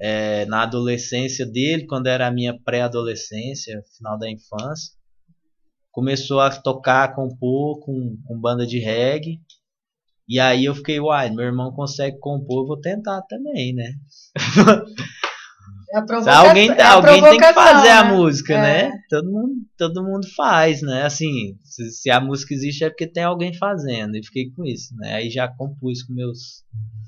na adolescência dele, quando era a minha pré-adolescência, final da infância. Começou a tocar, compor com banda de reggae. E aí eu fiquei, uai, meu irmão consegue compor, eu vou tentar também, né? É a Alguém tem que fazer a né? música, né? Todo mundo faz, né? Assim, se a música existe é porque tem alguém fazendo. E fiquei com isso, né? Aí já compus com meus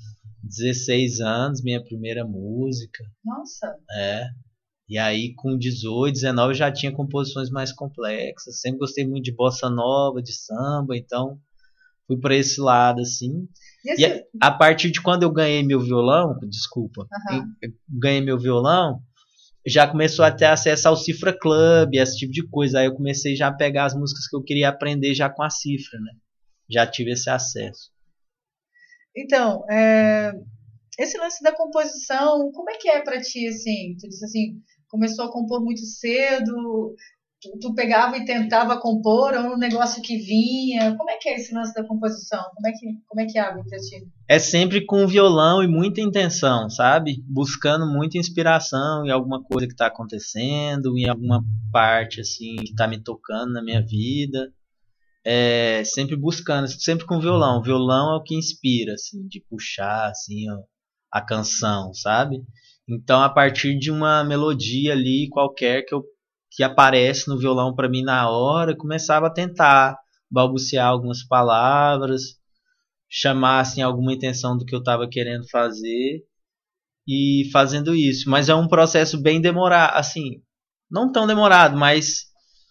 16 anos, minha primeira música. Nossa! E aí com 18, 19 eu já tinha composições mais complexas. Sempre gostei muito de bossa nova, de samba, então fui para esse lado, assim. E a partir de quando eu ganhei meu violão, desculpa, ganhei meu violão, já começou a ter acesso ao Cifra Club, esse tipo de coisa. Aí eu comecei já a pegar as músicas que eu queria aprender já com a cifra, né? Já tive esse acesso. Então, esse lance da composição, como é que é pra ti, assim? Tu disse assim, começou a compor muito cedo, tu pegava e tentava compor, ou um negócio que vinha? Como é que é esse lance da composição? Como é que é algo pra ti? É sempre com violão e muita intenção, sabe? Buscando muita inspiração em alguma coisa que está acontecendo, em alguma parte assim que está me tocando na minha vida. Sempre buscando, sempre com violão. Violão é o que inspira, assim, de puxar assim a canção, sabe? Então, a partir de uma melodia ali qualquer que aparece no violão para mim na hora, eu começava a tentar balbuciar algumas palavras, chamar assim alguma intenção do que eu estava querendo fazer e fazendo isso. Mas é um processo bem demorado, assim, não tão demorado, mas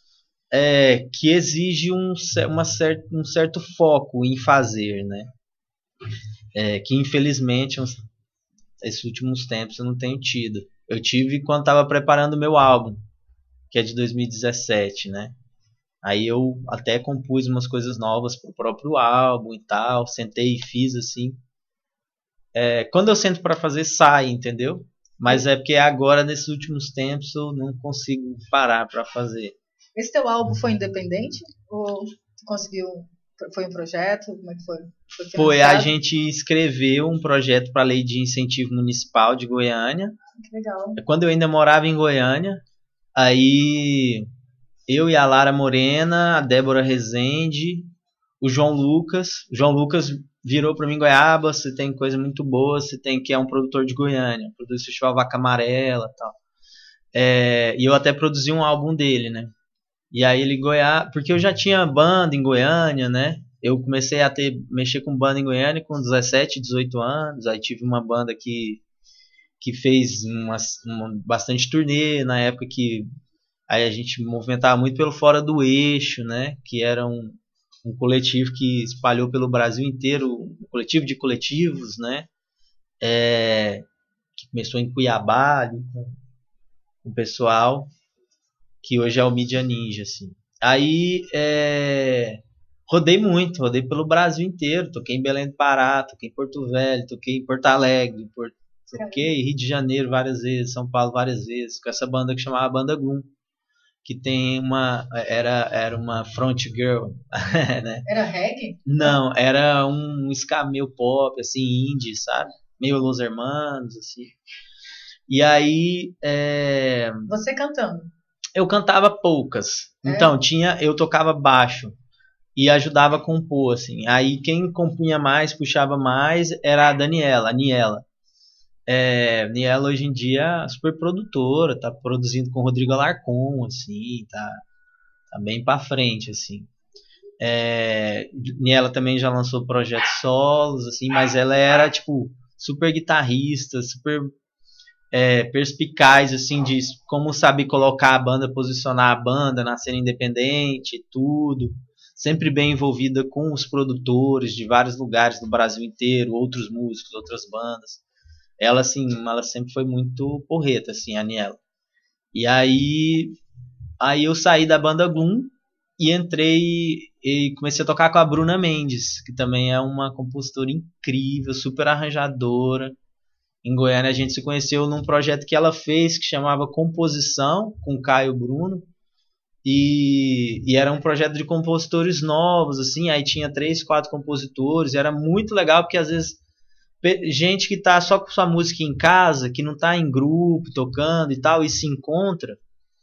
que exige um certo foco em fazer, né? Que infelizmente esses últimos tempos eu não tenho tido. Eu tive quando estava preparando o meu álbum, que é de 2017, né? Aí eu até compus umas coisas novas pro próprio álbum e tal, sentei e fiz assim. Quando eu sento para fazer, sai, entendeu? Mas é porque agora, nesses últimos tempos, eu não consigo parar para fazer. Esse teu álbum foi independente? Ou tu conseguiu... Foi um projeto? Como é que foi? Foi, a gente escreveu um projeto para a Lei de Incentivo Municipal de Goiânia. Que legal. Quando eu ainda morava em Goiânia, aí eu e a Lara Morena, a Débora Rezende, o João Lucas. O João Lucas virou para mim, Goiaba, você tem coisa muito boa, você tem que é um produtor de Goiânia, produz o Festival Vaca Amarela e tal. E eu até produzi um álbum dele, né? E aí ele porque eu já tinha banda em Goiânia, né? Eu comecei a mexer com banda em Goiânia com 17, 18 anos. Aí tive uma banda que fez bastante turnê na época que aí a gente movimentava muito pelo Fora do Eixo, né? Que era um coletivo que espalhou pelo Brasil inteiro, um coletivo de coletivos, né? Que começou em Cuiabá, ali, com o pessoal, que hoje é o Mídia Ninja, assim. Aí rodei pelo Brasil inteiro, toquei em Belém do Pará, toquei em Porto Velho, toquei em Porto Alegre, toquei em Rio de Janeiro várias vezes, São Paulo várias vezes, com essa banda que chamava Banda Gloom, que tem era uma front girl, né? Era reggae? Não, era um ska meio pop, assim, indie, sabe? Meio Los Hermanos, assim. E aí... Você cantando? Eu cantava poucas. Então, eu tocava baixo e ajudava a compor, assim. Aí quem compunha mais, puxava mais, era a Daniela, a Niela. Niela hoje em dia é super produtora, tá produzindo com o Rodrigo Alarcon, assim, tá bem pra frente, assim. Niela também já lançou projetos solos, assim, mas ela era, tipo, super guitarrista, super perspicaz, assim, de como saber colocar a banda, posicionar a banda na cena independente, tudo. Sempre bem envolvida com os produtores de vários lugares do Brasil inteiro, outros músicos, outras bandas. Ela, assim, ela sempre foi muito porreta, assim, a Aniela. E aí eu saí da banda Gloom e entrei e comecei a tocar com a Bruna Mendes, que também é uma compositora incrível, super arranjadora. Em Goiânia a gente se conheceu num projeto que ela fez que chamava Composição, com Caio Bruno. E era um projeto de compositores novos, assim, aí tinha 3, 4 compositores, e era muito legal porque às vezes gente que tá só com sua música em casa, que não tá em grupo, tocando e tal, e se encontra,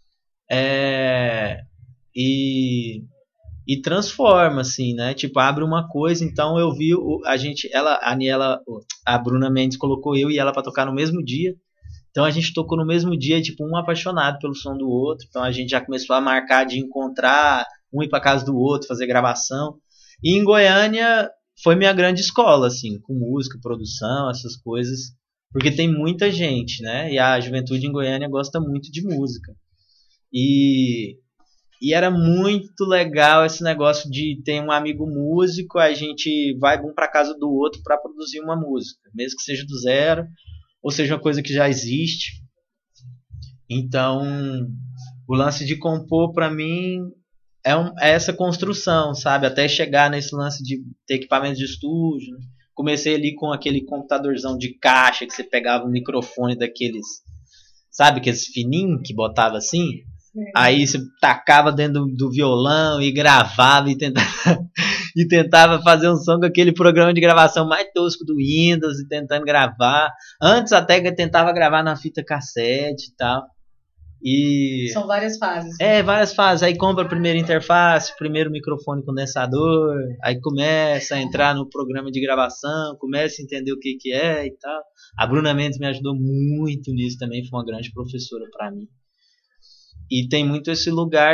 e transforma, assim, né? Tipo, abre uma coisa. Então eu vi a Aniela, a Bruna Mendes colocou eu e ela pra tocar no mesmo dia. Então a gente tocou no mesmo dia, tipo, um apaixonado pelo som do outro. Então a gente já começou a marcar de encontrar, um ir pra casa do outro, fazer gravação. E em Goiânia foi minha grande escola, assim, com música, produção, essas coisas. Porque tem muita gente, né? E a juventude em Goiânia gosta muito de música. E era muito legal esse negócio de ter um amigo músico, a gente vai um para casa do outro para produzir uma música, mesmo que seja do zero, ou seja uma coisa que já existe. Então, o lance de compor para mim é essa construção, sabe? Até chegar nesse lance de ter equipamento de estúdio. Né? Comecei ali com aquele computadorzão de caixa que você pegava um microfone daqueles, sabe, aqueles fininhos que botava assim. Aí você tacava dentro do violão e gravava e tentava fazer um som com aquele programa de gravação mais tosco do Windows e tentando gravar. Antes até que eu tentava gravar na fita cassete e tal. São várias fases. Várias fases. Aí compra a primeira interface, primeiro microfone condensador, aí começa a entrar no programa de gravação, começa a entender o que é e tal. A Bruna Mendes me ajudou muito nisso também, foi uma grande professora para mim. E tem muito esse lugar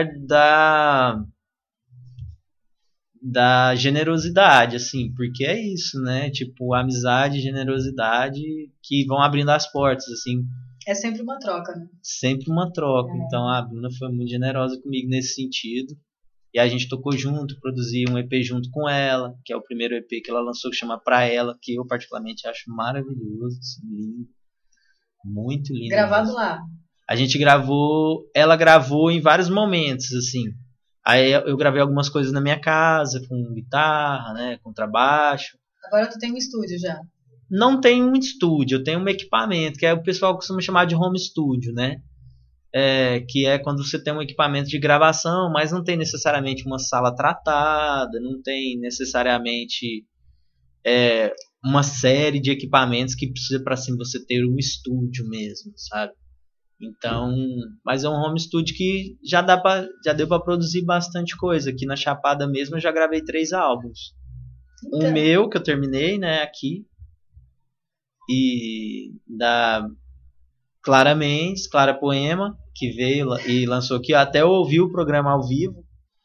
da generosidade, assim, porque é isso, né? Tipo, amizade e generosidade que vão abrindo as portas, assim. É sempre uma troca, né? Sempre uma troca. Então a Bruna foi muito generosa comigo nesse sentido. E a gente tocou junto, produzi um EP junto com ela, que é o primeiro EP que ela lançou, que chama Pra Ela, que eu particularmente acho maravilhoso, assim, lindo. Muito lindo. Gravado lá. A gente ela gravou em vários momentos, assim. Aí eu gravei algumas coisas na minha casa, com guitarra, né, contrabaixo. Agora tu tem um estúdio já? Não tenho um estúdio, eu tenho um equipamento, que é o pessoal costuma chamar de home studio, né? Que é quando você tem um equipamento de gravação, mas não tem necessariamente uma sala tratada, não tem necessariamente uma série de equipamentos que precisa para assim você ter um estúdio mesmo, sabe? Então, mas é um home studio que já deu para produzir bastante coisa. Aqui na Chapada mesmo eu já gravei 3 álbuns. Então. Um meu que eu terminei, né, aqui, e da Clara Mendes, Clara Poema, que veio e lançou aqui. Eu até ouvi o programa ao vivo.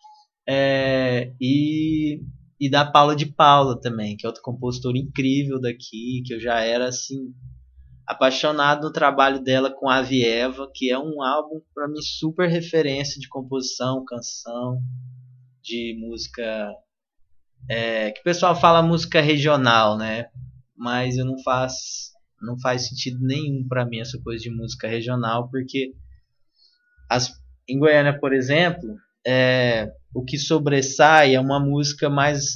E da Paula de Paula também, que é outra compositora incrível daqui, que eu já era assim apaixonado no trabalho dela com a Avieva, que é um álbum para mim super referência de composição, canção, de música, que o pessoal fala música regional, né? Mas não faz sentido nenhum para mim essa coisa de música regional, porque em Goiânia, por exemplo, o que sobressai é uma música mais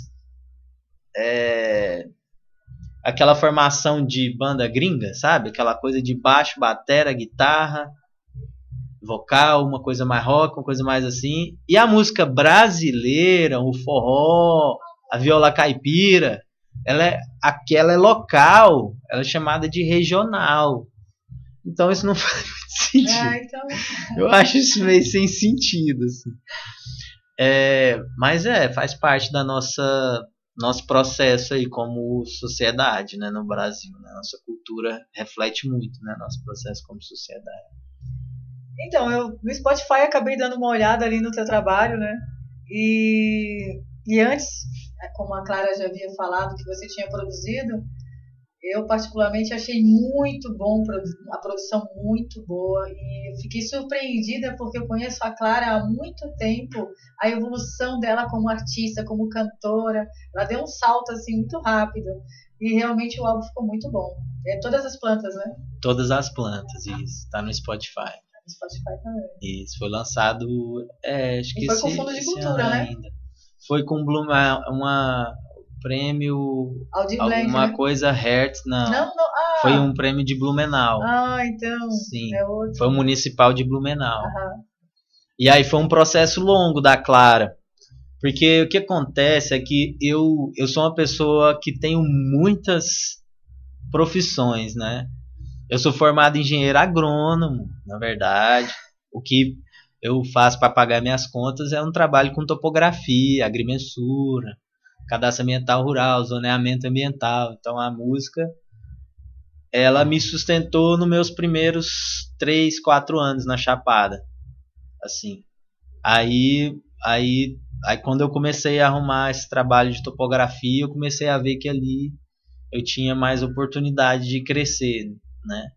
aquela formação de banda gringa, sabe? Aquela coisa de baixo, batera, guitarra, vocal, uma coisa mais rock, uma coisa mais assim. E a música brasileira, o forró, a viola caipira, aquela é local, ela é chamada de regional. Então isso não faz muito sentido. Então... Eu acho isso meio sem sentido, assim. Mas faz parte da nosso processo aí como sociedade, né, no Brasil, né? Nossa cultura reflete muito, né, nosso processo como sociedade. Então, eu no Spotify acabei dando uma olhada ali no teu trabalho, né? E antes, como a Clara já havia falado que você tinha produzido, eu particularmente achei muito bom, a produção muito boa, e eu fiquei surpreendida porque eu conheço a Clara há muito tempo, a evolução dela como artista, como cantora, ela deu um salto assim muito rápido, e realmente o álbum ficou muito bom. Todas as plantas, né? Todas as plantas, isso, tá no Spotify. No Spotify também. Isso, foi lançado, acho que foi com Fundo de Cultura, né? Ainda. Foi com prêmio Aldir alguma Blanc, né? coisa Hertz, não. Foi um prêmio de Blumenau. Então. Sim. Outro. Foi o municipal de Blumenau. Uhum. E aí foi um processo longo da Clara. Porque o que acontece é que eu sou uma pessoa que tenho muitas profissões, né? Eu sou formado em engenheiro agrônomo, na verdade. O que eu faço para pagar minhas contas é um trabalho com topografia, agrimensura, cadastro ambiental rural, zoneamento ambiental. Então a música, ela me sustentou nos meus primeiros 3, 4 anos na Chapada, assim. Aí quando eu comecei a arrumar esse trabalho de topografia, eu comecei a ver que ali eu tinha mais oportunidade de crescer, né?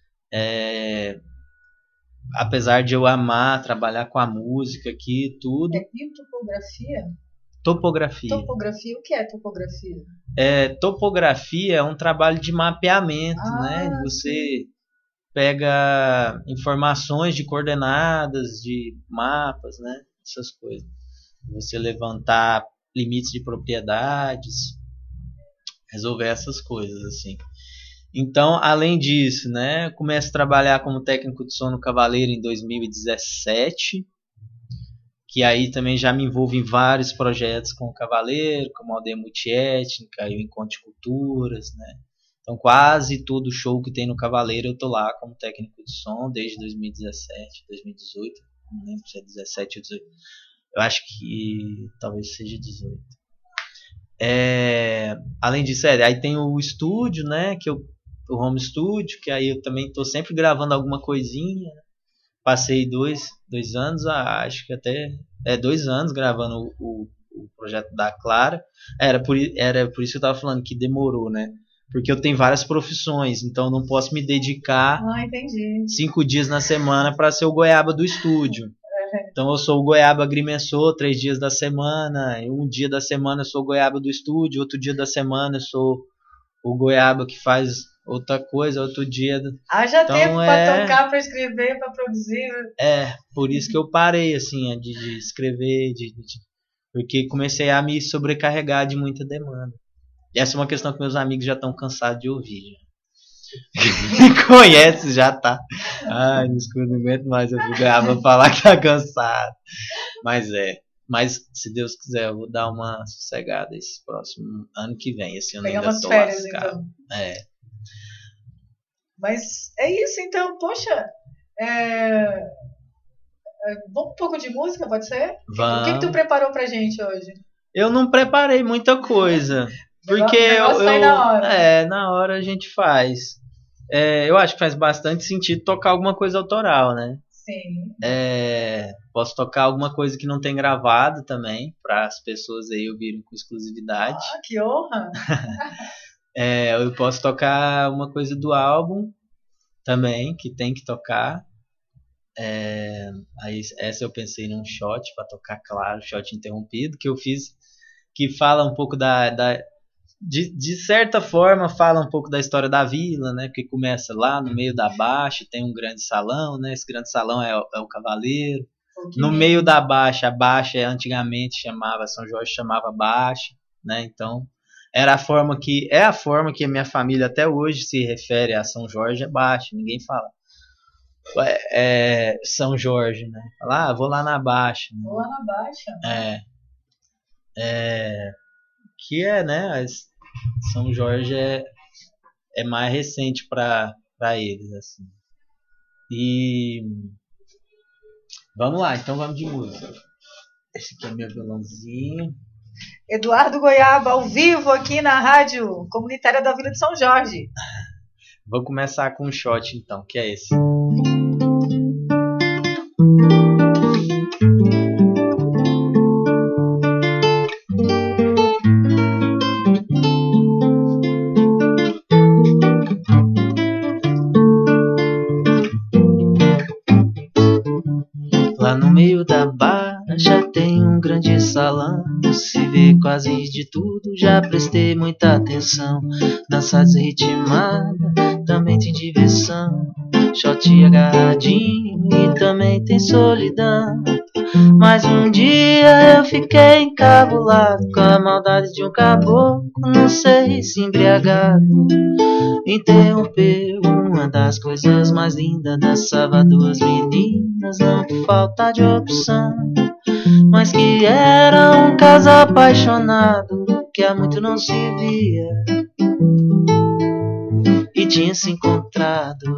Apesar de eu amar trabalhar com a música aqui, tudo. E topografia? Topografia. Topografia, o que é topografia? Topografia é um trabalho de mapeamento, né? Você pega informações de coordenadas, de mapas, né? Essas coisas. Você levantar limites de propriedades, resolver essas coisas, assim. Então, além disso, né, começo a trabalhar como técnico de som no Cavaleiro em 2017, que aí também já me envolvo em vários projetos com o Cavaleiro, como a Aldeia Multiétnica e o Encontro de Culturas, né. Então, quase todo show que tem no Cavaleiro eu tô lá como técnico de som desde 2017, 2018, não lembro se é 17 ou 18. Eu acho que talvez seja 18. Além disso, aí tem o estúdio, né, o home studio, que aí eu também tô sempre gravando alguma coisinha. Passei dois anos, acho que até 2 anos gravando o projeto da Clara. Era por isso que eu tava falando que demorou, né? Porque eu tenho várias profissões, então eu não posso me dedicar 5 dias na semana para ser o goiaba do estúdio. Então eu sou o goiaba agrimensor 3 dias da semana, e um dia da semana eu sou o goiaba do estúdio, outro dia da semana eu sou o goiaba que faz outra coisa, outro dia. Haja então, tempo para tocar, para escrever, para produzir. Por isso que eu parei assim de escrever, porque comecei a me sobrecarregar de muita demanda. E essa é uma questão que meus amigos já estão cansados de ouvir. Me conhece, já tá. Ai, desculpa, não aguento mais eu vou falar que tá cansado. Mas se Deus quiser, eu vou dar uma sossegada esse próximo ano que vem. Esse ano ainda tô lascado. Então. Mas é isso, então, poxa. Vamos um pouco de música, pode ser? Vamos. O que tu preparou pra gente hoje? Eu não preparei muita coisa. Porque sai na hora. Na hora a gente faz. Eu acho que faz bastante sentido tocar alguma coisa autoral, né? Sim. Posso tocar alguma coisa que não tem gravado também, para as pessoas aí ouvirem com exclusividade. Que honra! Eu posso tocar uma coisa do álbum também, que tem que tocar. Aí essa eu pensei num shot para tocar, claro, shot interrompido, que eu fiz, que fala um pouco de certa forma fala um pouco da história da vila, né? Porque começa lá no meio da baixa, tem um grande salão, né? Esse grande salão é o Cavaleiro. No meio da baixa, a baixa antigamente São Jorge chamava baixa, né? Então é a forma que a minha família até hoje se refere a São Jorge, é baixa. Ninguém fala São Jorge, né? Fala, vou lá na baixa. Né? Vou lá na baixa. Que né? São Jorge é mais recente para eles, assim. E vamos lá, então vamos de música. Esse aqui é meu violãozinho. Eduardo Goiaba, ao vivo aqui na Rádio Comunitária da Vila de São Jorge. Vou começar com um shot, então, que é esse. Lá no meio da baixa tem um grande salão, se vê quase de tudo, já prestei muita atenção. Dança desritmada, também tem diversão, shot agarradinho e também tem solidão. Mas um dia eu fiquei encabulado com a maldade de um caboclo, não sei se embriagado interrompeu uma das coisas mais lindas. Dançava 2 meninas, não por falta de opção, mas que era um casal apaixonado que há muito não se via. que tinha se encontrado.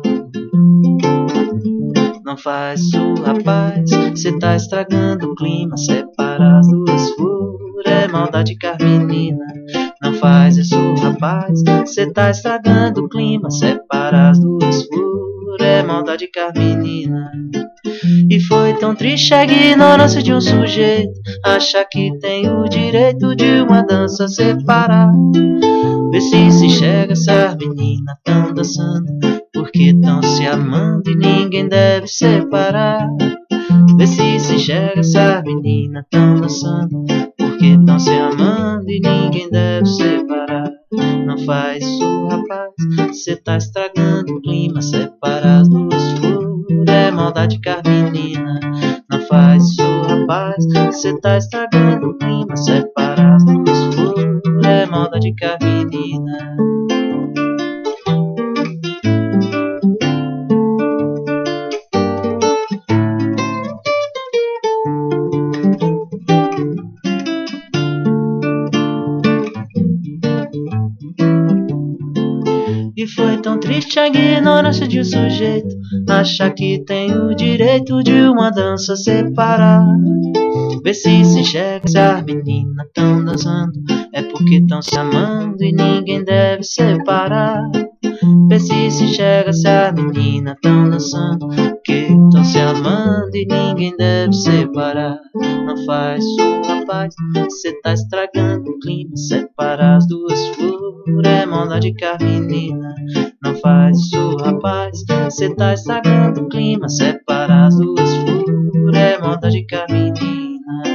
Não faz isso, rapaz, cê tá estragando o clima. Separa as duas flores, é maldade carmenina. Não faz isso, rapaz, cê tá estragando o clima. Separa as duas flores, é maldade carmenina. E foi tão triste a ignorância de um sujeito achar que tem o direito de uma dança separar. Vê se enxerga, essas meninas tão dançando porque tão se amando e ninguém deve separar. Vê se enxerga, essas meninas tão dançando porque tão se amando e ninguém deve separar. Não faz isso, rapaz, cê tá estragando o clima. Separa as duas flores, é maldade carmenina. Não faz isso, rapaz, cê tá estragando o clima. Separa as duas flores, é maldade carmenina. E foi tão triste a ignorância de um sujeito achar que tem o direito de uma dança separar. Vê se enxerga, se as meninas tão dançando é porque tão se amando e ninguém deve separar. Vê se enxerga, se as meninas tão dançando porque tão se amando e ninguém deve separar. Não faz isso, rapaz, cê tá estragando o clima. Separa as duas flores, é maldade carmenina. Não faz isso, rapaz, cê tá estragando o clima. Separa as duas flores, é maldade carmenina.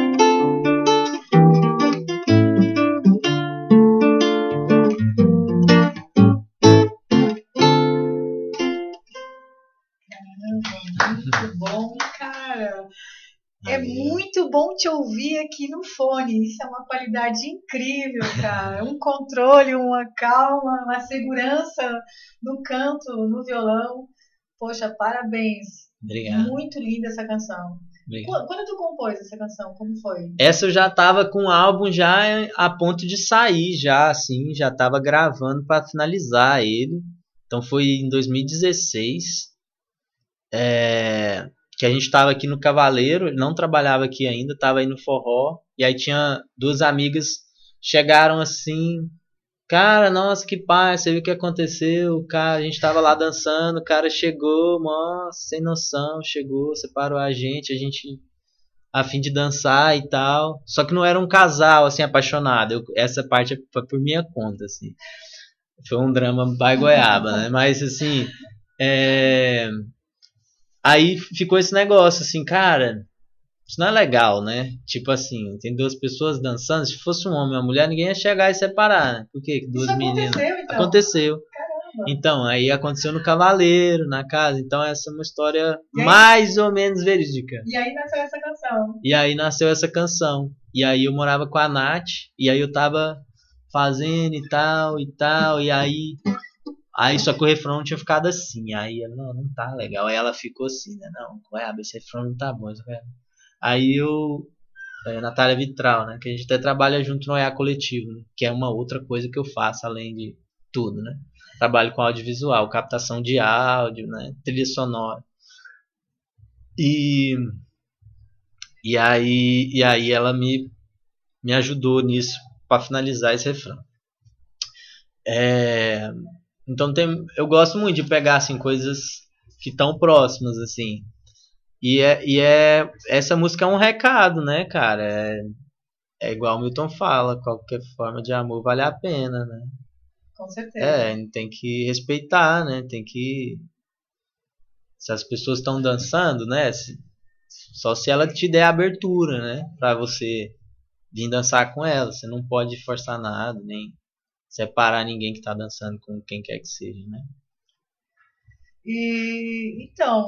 Muito bom, cara. É muito bom te ouvir aqui no fone. Isso é uma qualidade incrível, cara. Um controle, uma calma, uma segurança no canto, no violão. Poxa, parabéns. Obrigado. Muito linda essa canção. Obrigado. Quando tu compôs essa canção, como foi? Essa eu já tava com o álbum já a ponto de sair, já assim, já tava gravando para finalizar ele. Então foi em 2016. Que a gente estava aqui no Cavaleiro, ele não trabalhava aqui ainda, estava aí no forró, e aí tinha duas amigas, chegaram assim, cara, nossa, que paz, você viu o que aconteceu, cara, a gente estava lá dançando, o cara chegou, nossa, sem noção, chegou, separou a gente a fim de dançar e tal, só que não era um casal, assim, apaixonado, essa parte foi por minha conta, assim, foi um drama by goiaba, né, mas assim, aí ficou esse negócio assim, cara, isso não é legal, né? Tipo assim, tem duas pessoas dançando, se fosse um homem e uma mulher, ninguém ia chegar e separar, né? Por que duas Isso meninas? aconteceu, então? Aconteceu. Caramba. Então, aí aconteceu no Cavaleiro, na casa, então essa é uma história mais ou menos verídica. E aí nasceu essa canção. E aí nasceu essa canção. E aí eu morava com a Nath, e aí eu tava fazendo e tal, e aí só que o refrão não tinha ficado assim. Aí ela, não tá legal. Aí ela ficou assim, né? Não, esse refrão não tá bom. Aí Natália Vitral, né? Que a gente até trabalha junto no OEA Coletivo, né, que é uma outra coisa que eu faço além de tudo, né? Trabalho com audiovisual, captação de áudio, né? Trilha sonora. E aí ela me ajudou nisso para finalizar esse refrão. Então eu gosto muito de pegar assim coisas que estão próximas assim. Essa música é um recado, né, cara? É igual o Milton fala, qualquer forma de amor vale a pena, né? Com certeza. Tem que respeitar, né? Se as pessoas estão dançando, né? Só se ela te der a abertura, né? Pra você vir dançar com ela. Você não pode forçar nada, nem separar ninguém que está dançando com quem quer que seja, né? E então,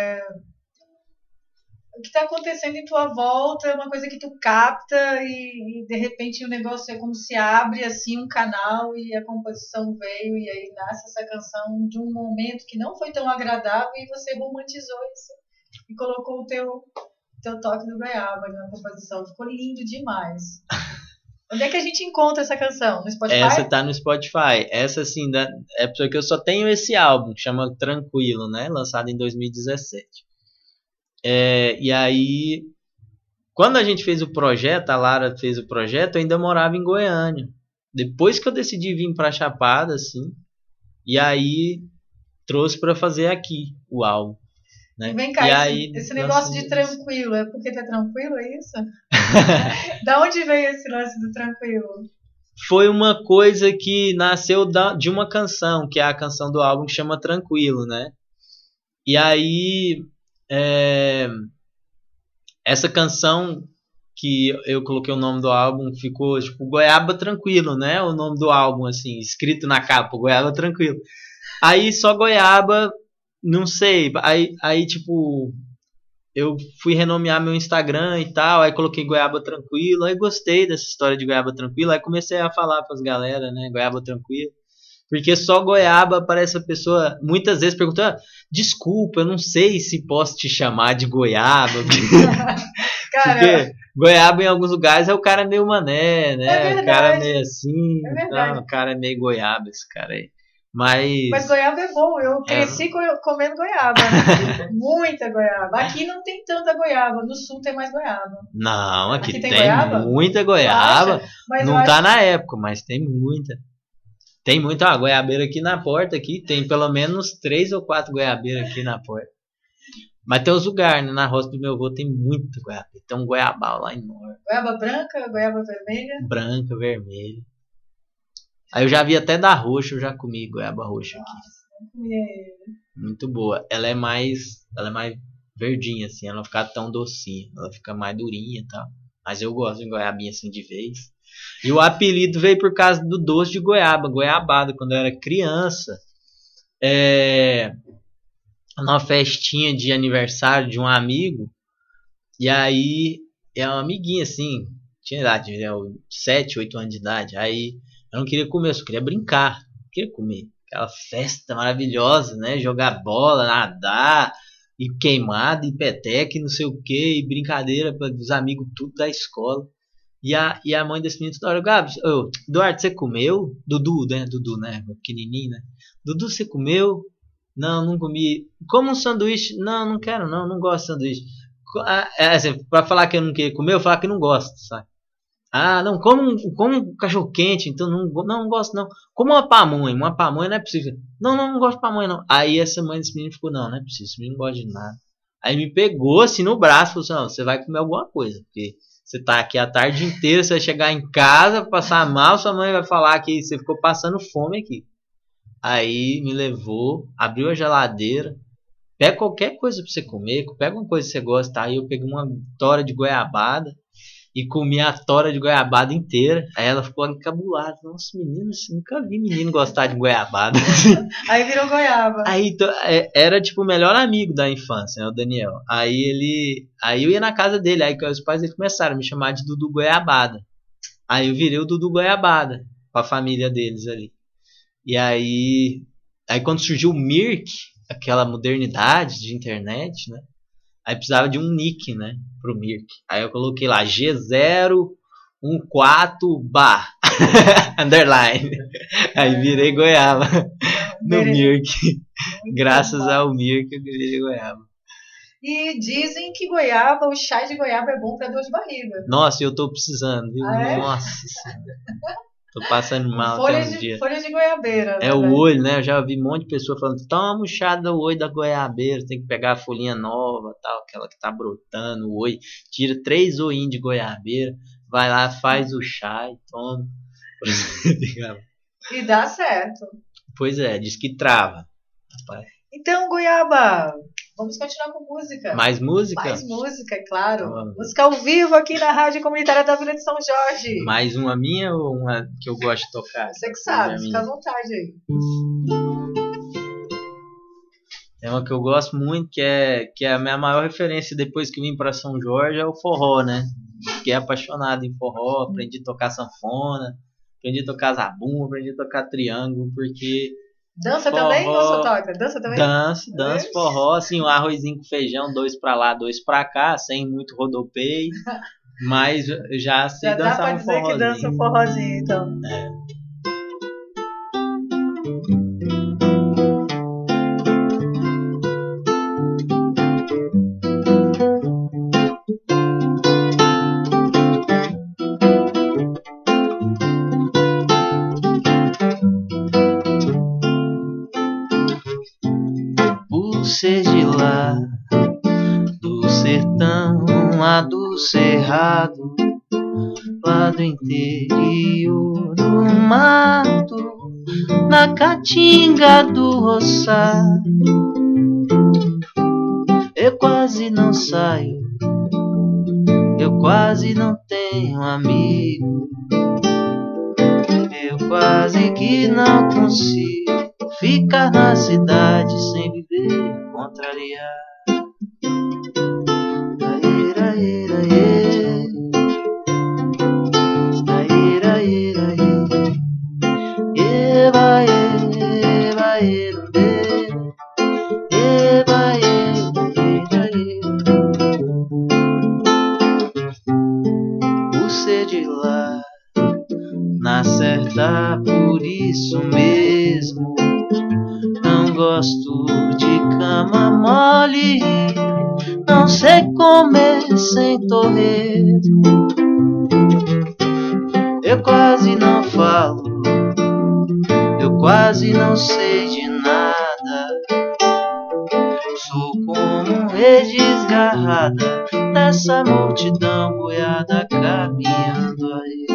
o que está acontecendo em tua volta é uma coisa que tu capta e de repente o negócio é como se abre assim um canal e a composição veio e aí nasce essa canção de um momento que não foi tão agradável e você romantizou isso e colocou o teu toque do goiaba na composição. Ficou lindo demais. Onde é que a gente encontra essa canção? No Spotify? Essa tá no Spotify. Essa, assim, é porque eu só tenho esse álbum, que chama Tranquilo, né? Lançado em 2017. E aí, quando a gente fez o projeto, a Lara fez o projeto, eu ainda morava em Goiânia. Depois que eu decidi vir pra Chapada, assim, e aí trouxe pra fazer aqui o álbum. Né? E vem cá, e aí, esse negócio de tranquilo, é porque tá tranquilo, é isso? Da onde veio esse lance do tranquilo? Foi uma coisa que nasceu de uma canção, que é a canção do álbum que chama Tranquilo, né? E aí, essa canção que eu coloquei o nome do álbum ficou tipo Goiaba Tranquilo, né? O nome do álbum, assim, escrito na capa, Goiaba Tranquilo. Aí só Goiaba, não sei, aí tipo, eu fui renomear meu Instagram e tal, aí coloquei Goiaba Tranquilo, aí gostei dessa história de Goiaba Tranquilo, aí comecei a falar pras galera, né, Goiaba Tranquilo, porque só Goiaba aparece a pessoa, muitas vezes perguntando, desculpa, eu não sei se posso te chamar de Goiaba, porque Goiaba em alguns lugares é o cara meio mané, né, é o cara meio assim, é verdade. o cara é meio Goiaba, esse cara aí. Mas goiaba é bom, eu cresci comendo goiaba, né? Muita goiaba. Aqui não tem tanta goiaba, no sul tem mais goiaba. Não, aqui tem goiaba? muita goiaba. Não tá na época, mas tem muita. Tem muita goiabeira aqui na porta, aqui tem pelo menos 3 ou 4 goiabeiras aqui na porta. Mas tem os lugares, né? Na roça do meu avô tem muita goiaba. Tem um goiabal lá enorme. Goiaba branca, goiaba vermelha? Branca, vermelha. Aí eu já vi até da roxa, eu já comi goiaba roxa aqui. Nossa, muito boa. Ela é mais verdinha, assim, ela não fica tão docinha. Ela fica mais durinha e tal. Mas eu gosto de goiabinha assim de vez. E o apelido veio por causa do doce de goiaba, goiabada, quando eu era criança. Numa festinha de aniversário de um amigo. E aí, é uma amiguinha assim, tinha idade, 7, 8 anos de idade. Aí eu não queria comer, eu só queria brincar. Não queria comer. Aquela festa maravilhosa, né? Jogar bola, nadar, e queimada, e peteca, e não sei o que, e brincadeira dos amigos tudo da escola. E a mãe desse menino toda hora, Gabs, Eduardo, você comeu? Dudu, né? Pequenininho, né? Dudu, você comeu? Não, não comi. Como um sanduíche? Não, não quero, não gosto de sanduíche. Assim, pra falar que eu não queria comer, eu falar que não gosto, sabe? Ah, não, como um cachorro quente, então não gosto não. Como uma pamonha não é possível. Não gosto de pamonha não. Aí essa mãe desse menino ficou, não é possível, esse menino não gosta de nada. Aí me pegou assim no braço, falou assim, não, você vai comer alguma coisa, porque você tá aqui a tarde inteira, você vai chegar em casa, passar mal, sua mãe vai falar que você ficou passando fome aqui. Aí me levou, abriu a geladeira, pega qualquer coisa pra você comer, pega uma coisa que você gosta, tá? Aí eu peguei uma tora de goiabada, e comi a tora de goiabada inteira. Aí ela ficou encabulada. Nossa, menino, nunca vi menino gostar de goiabada. Aí virou goiaba. Aí era tipo o melhor amigo da infância, né, o Daniel. Aí eu ia na casa dele. Aí os pais dele começaram a me chamar de Dudu Goiabada. Aí eu virei o Dudu Goiabada com a família deles ali. E aí quando surgiu o Mirk, aquela modernidade de internet, né? Aí precisava de um nick, né? Pro Mirk. Aí eu coloquei lá G014 bar underline. Aí virei goiaba no Mirk. Graças ao Mirk eu virei goiaba. E dizem que goiaba, o chá de goiaba é bom pra dor de barriga. Nossa, eu tô precisando, viu? Nossa senhora. Tô passando mal até uns dias. Folha de goiabeira. É o olho, né? Eu já ouvi um monte de pessoa falando, toma o chá do olho da goiabeira, tem que pegar a folhinha nova, tal, aquela que tá brotando, o olho, tira 3 olhinhos de goiabeira, vai lá, faz o chá e toma. E dá certo. Pois é, diz que trava. Rapaz. Então, goiaba, vamos continuar com música. Mais música? Mais música, é claro. Música ao vivo aqui na Rádio Comunitária da Vila de São Jorge. Mais uma minha ou uma que eu gosto de tocar? Você que sabe, fica à vontade aí. É uma que eu gosto muito, que é a minha maior referência depois que vim para São Jorge, é o forró, né? Fiquei apaixonado em forró, aprendi a tocar sanfona, aprendi a tocar zabumba, aprendi a tocar triângulo, porque... Dança forró, também ou só toca? Dança também? Danço, forró, assim, um arrozinho com feijão, 2 pra lá, 2 pra cá, sem muito rodopeio. Mas eu já sei Já dá pra dançar um dizer que dança um forrozinho. forrozinho, então. Por ser de lá, do sertão, lá do cerrado, lá do interior do mato, na caatinga do roçado, eu quase não saio, eu quase não tenho amigo, eu quase que não consigo ficar na cidade sem viver contrariado. Aira, ira, ira. Aira, ira, ira. Eba, eba, ira, eba, ira, ira. Por ser de lá, na certa, por isso mesmo não gosto de cama mole, não sei comer sem torresmo, eu quase não falo, eu quase não sei de nada, sou como rede desgarrada dessa multidão boiada caminhando aí.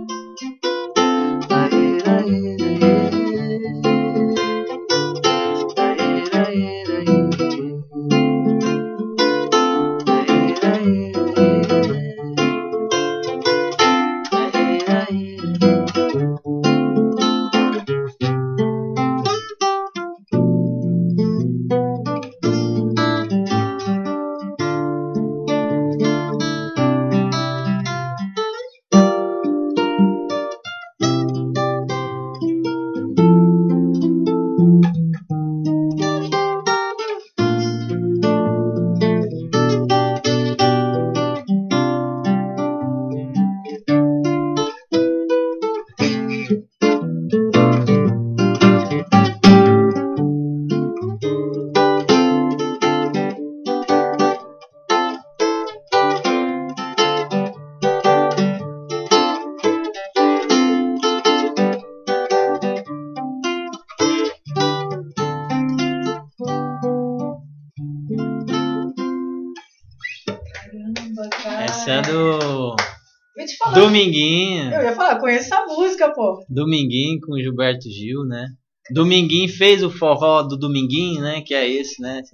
Caramba, cara. Essa é do Eu te falar, Dominguinho. eu ia falar, conheço essa música, pô. Dominguinho com Gilberto Gil, né? Dominguinho fez o forró do Dominguinho, né? Que é esse, né?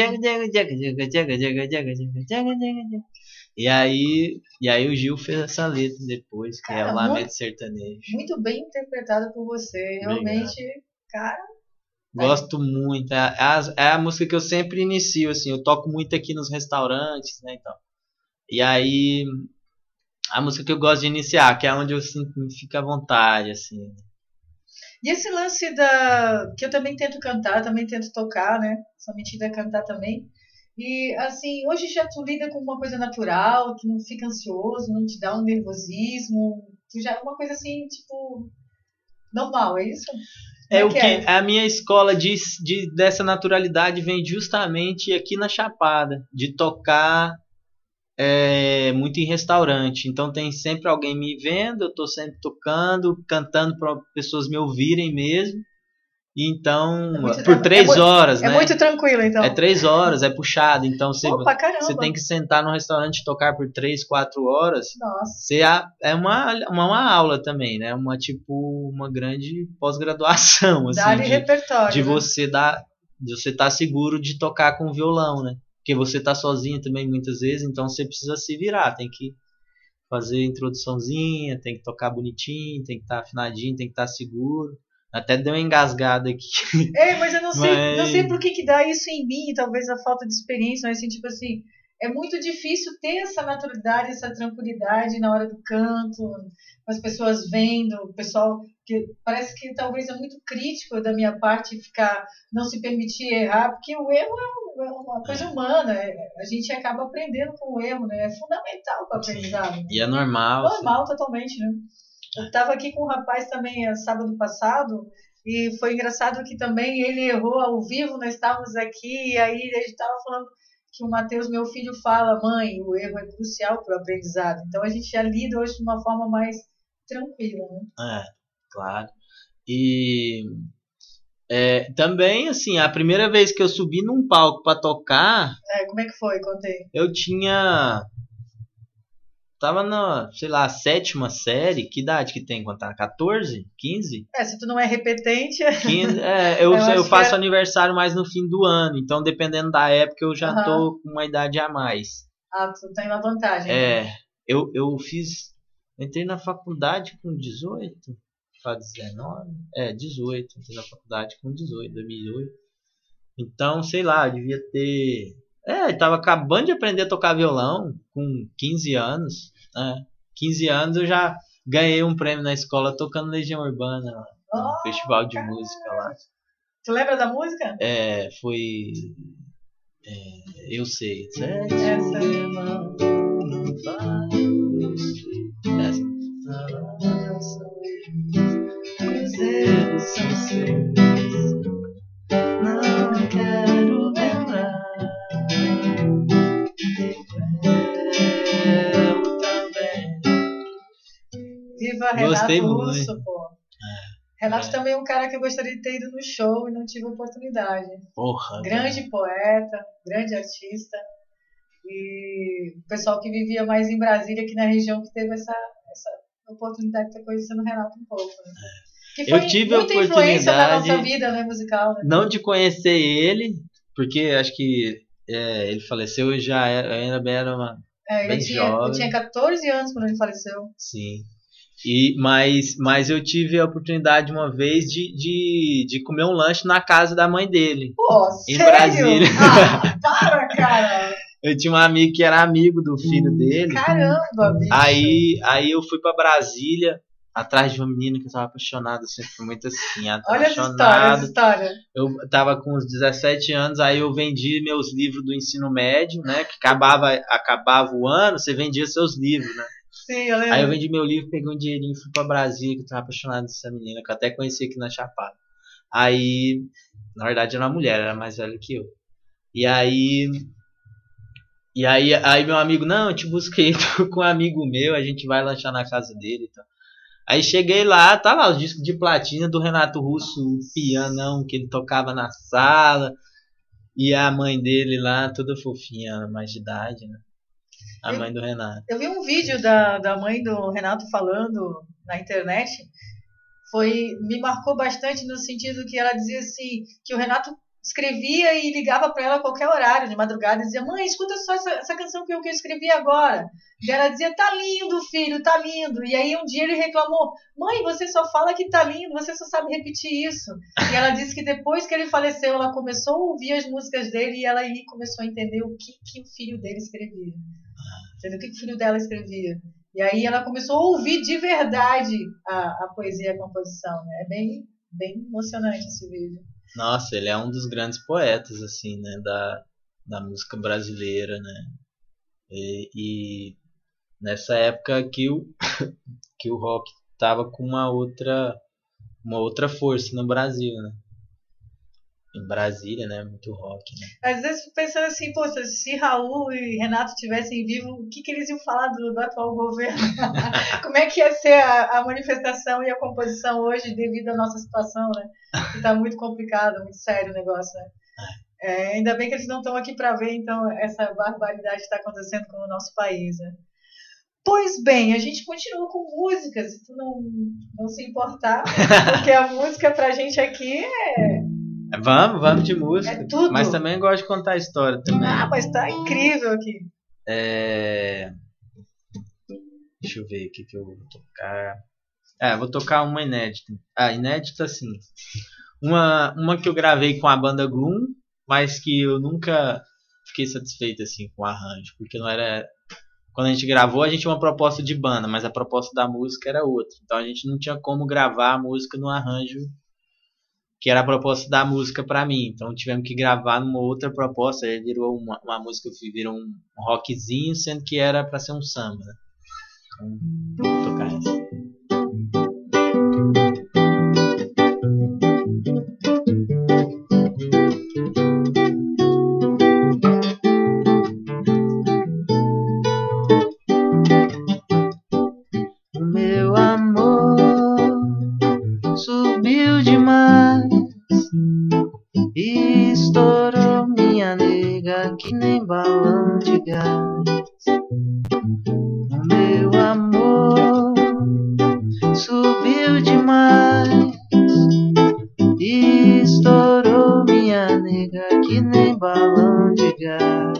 E aí o Gil fez essa letra depois, que é Cara, o Lamento Sertanejo. muito bem interpretada por você. Realmente, cara. Gosto muito. É a música que eu sempre inicio, assim. Eu toco muito aqui nos restaurantes, né? Então. E aí, a música que eu gosto de iniciar, que é onde eu sinto, fico à vontade, assim. E esse lance que eu também tento cantar, também tento tocar, né? Sua mentira é cantar também. E assim, hoje já tu lida com uma coisa natural, tu não fica ansioso, não te dá um nervosismo, tu já é uma coisa assim, tipo, normal, é isso? É Como o que que é? a minha escola dessa naturalidade vem justamente aqui na Chapada, de tocar muito em restaurante. Então tem sempre alguém me vendo, eu tô sempre tocando, cantando para pessoas me ouvirem mesmo. Então, por 3 horas, É né? muito tranquilo, É então. 3 horas, é puxado. Então Pô, pra você caramba. tem que sentar no restaurante e tocar por 3, 4 horas. Nossa. É uma aula também, né? Uma grande pós-graduação, assim, Dá-lhe repertório, de né? de você estar seguro de tocar com violão, né? Porque você tá sozinho também muitas vezes, então você precisa se virar, tem que fazer introduçãozinha, tem que tocar bonitinho, tem que estar afinadinho, tem que estar seguro. Até deu uma engasgada aqui. É, mas eu não sei Mas por que dá isso em mim, talvez a falta de experiência, mas assim, tipo assim, é muito difícil ter essa naturalidade, essa tranquilidade na hora do canto, com as pessoas vendo, o pessoal que parece que talvez é muito crítico da minha parte ficar, não se permitir errar, porque o erro é uma coisa humana, a gente acaba aprendendo com o erro, né? É fundamental para o aprendizado. Né? E é normal. Normal, totalmente, né? Eu estava aqui com um rapaz também sábado passado, e foi engraçado que também ele errou ao vivo, nós estávamos aqui, e aí ele estava falando que o Matheus, meu filho, fala, mãe, o erro é crucial para o aprendizado. Então a gente já lida hoje de uma forma mais tranquila, né? Claro. E também, assim, a primeira vez que eu subi num palco para tocar... como é que foi? Contei. Eu tava na, sei lá, 7ª série. Que idade que tem? Quando tá? 14? 15? Se tu não é repetente... 15, eu faço aniversário mais no fim do ano. Então, dependendo da época, eu já tô com uma idade a mais. Tu tem uma vantagem. Eu entrei na faculdade com 18 para 19. 18. Entrei na faculdade com 18, 2008. Então, sei lá, eu devia ter... eu tava acabando de aprender a tocar violão com 15 anos. 15 anos eu já ganhei um prêmio na escola tocando Legião Urbana no festival de música lá. Tu lembra da música? Foi... eu sei. Não quero lembrar. Viva Renato Russo, pô. Renato também é um cara que eu gostaria de ter ido no show e não tive oportunidade. Porra. Grande poeta, grande artista. E o pessoal que vivia mais em Brasília, aqui na região, que teve essa oportunidade de estar conhecendo o Renato um pouco. Né? Que foi eu tive muita influência na nossa vida, né, musical. Né? Não de conhecer ele, porque acho que ele faleceu e já ainda era uma bem jovem. Eu tinha 14 anos quando ele faleceu. Sim. Mas eu tive a oportunidade uma vez de comer um lanche na casa da mãe dele. Pô, em sério? Brasília. Para, cara! Eu tinha um amigo que era amigo do filho dele. Caramba, bicho! Aí eu fui pra Brasília atrás de uma menina que eu tava apaixonado, sempre fui muito assim, apaixonado. Olha essa história. Eu tava com uns 17 anos, aí eu vendi meus livros do ensino médio, né? Que acabava o ano, você vendia seus livros, né? Sim, eu lembro. Aí eu vendi meu livro, peguei um dinheirinho, fui pra Brasília, que eu tava apaixonado dessa menina, que eu até conheci aqui na Chapada. Aí, na verdade era uma mulher, era mais velha que eu. E aí meu amigo, não, eu te busquei, tô com um amigo meu, a gente vai lanchar na casa dele e tal. Aí cheguei lá, tá lá os discos de platina do Renato Russo, o pianão que ele tocava na sala, e a mãe dele lá, toda fofinha, mais de idade, né? A mãe do Renato. Eu vi um vídeo da mãe do Renato falando na internet, me marcou bastante no sentido que ela dizia assim, que o Renato escrevia e ligava para ela a qualquer horário, de madrugada, e dizia, mãe, escuta só essa canção que eu escrevi agora. E ela dizia, tá lindo, filho, tá lindo. E aí um dia ele reclamou, mãe, você só fala que tá lindo, você só sabe repetir isso. E ela disse que depois que ele faleceu, ela começou a ouvir as músicas dele e ela aí começou a entender o que o filho dele escrevia. Entendeu? O que o filho dela escrevia. E aí ela começou a ouvir de verdade a poesia e a composição. Né? É bem, bem emocionante esse vídeo. Nossa, ele é um dos grandes poetas, assim, né, da música brasileira, né, e nessa época que o rock tava com uma outra força no Brasil, né, em Brasília, né, muito rock, né. Às vezes pensando assim, pô, se Raul e Renato tivessem vivo, o que eles iam falar do atual governo? Como é que ia ser a manifestação e a composição hoje devido à nossa situação, né? Que tá muito complicado, muito sério o negócio, né? Ainda bem que eles não estão aqui para ver, então, essa barbaridade que está acontecendo com o nosso país, né? Pois bem, a gente continua com músicas, se tu não se importar, porque a música pra gente aqui Vamos de música. É tudo. Mas também gosto de contar a história também. Mas tá incrível aqui. Deixa eu ver o que eu vou tocar. Vou tocar uma inédita. Inédita sim. Uma que eu gravei com a banda Gloom, mas que eu nunca fiquei satisfeito assim com o arranjo, porque não era. Quando a gente gravou, a gente tinha uma proposta de banda, mas a proposta da música era outra. Então a gente não tinha como gravar a música no arranjo que era a proposta da música pra mim. Então tivemos que gravar numa outra proposta. Aí virou uma música, virou um rockzinho, sendo que era pra ser um samba, né? Então, vou tocar essa. O meu amor subiu demais e estourou minha nega que nem balão de gás. O meu amor subiu demais e estourou minha nega que nem balão de gás.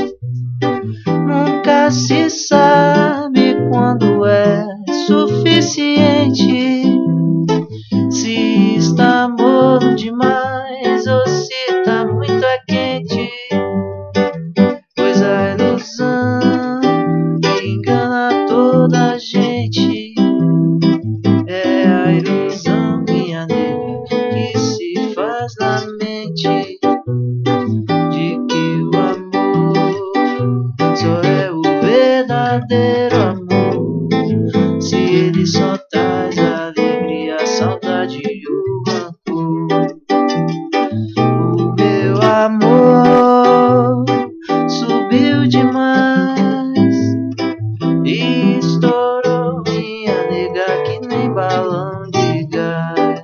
Nunca se sabe quando é suficiente, se está morno demais ou se está muito quente, pois a ilusão que engana toda a gente é a ilusão, minha nega, que se faz na mente de que o amor só é o verdadeiro amor se ele só traz alegria, a saudade e o rancor. O meu amor subiu demais e estourou minha nega que nem balão de gás.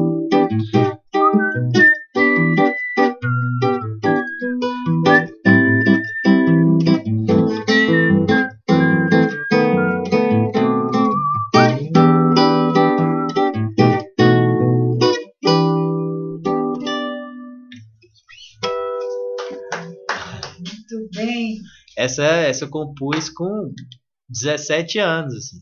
Muito bem. Essa eu compus com 17 anos, assim.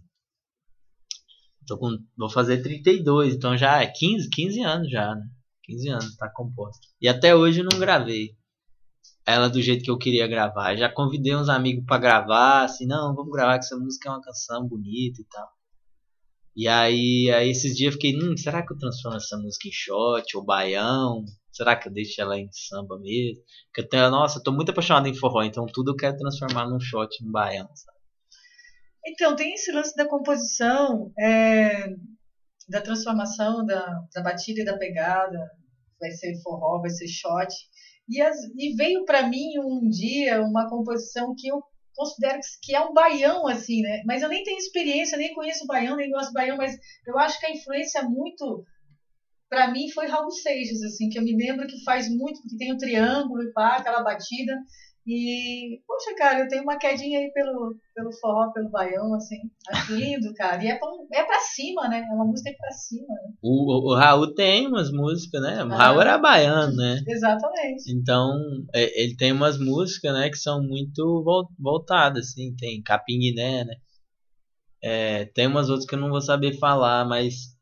Vou fazer 32, então já é 15 anos já, né? 15 anos tá composta. E até hoje eu não gravei ela do jeito que eu queria gravar. Já convidei uns amigos pra gravar, assim, não, vamos gravar que essa música é uma canção bonita e tal. E aí esses dias eu fiquei, será que eu transformo essa música em shot ou baião? Será que eu deixo ela em samba mesmo? Porque eu tô muito apaixonado em forró, então tudo eu quero transformar num shot, num baião, sabe? Então, tem esse lance da composição, da transformação da batida e da pegada, vai ser forró, vai ser shot. E veio para mim um dia uma composição que eu considero que é um baião, assim, né? Mas eu nem tenho experiência, nem conheço baião, nem gosto de baião, mas eu acho que a influência muito, para mim, foi Raul Seixas, assim, que eu me lembro que faz muito, porque tem o triângulo e pá, aquela batida. E, poxa, cara, eu tenho uma quedinha aí pelo forró, pelo baião, assim. Acho lindo, cara. E é pra cima, né? É uma música pra cima, né? O Raul tem umas músicas, né? O Raul Ah, era baiano, né? exatamente. Então, ele tem umas músicas, né, que são muito voltadas, assim. Tem Capinguiné, né? Tem umas outras que eu não vou saber falar, mas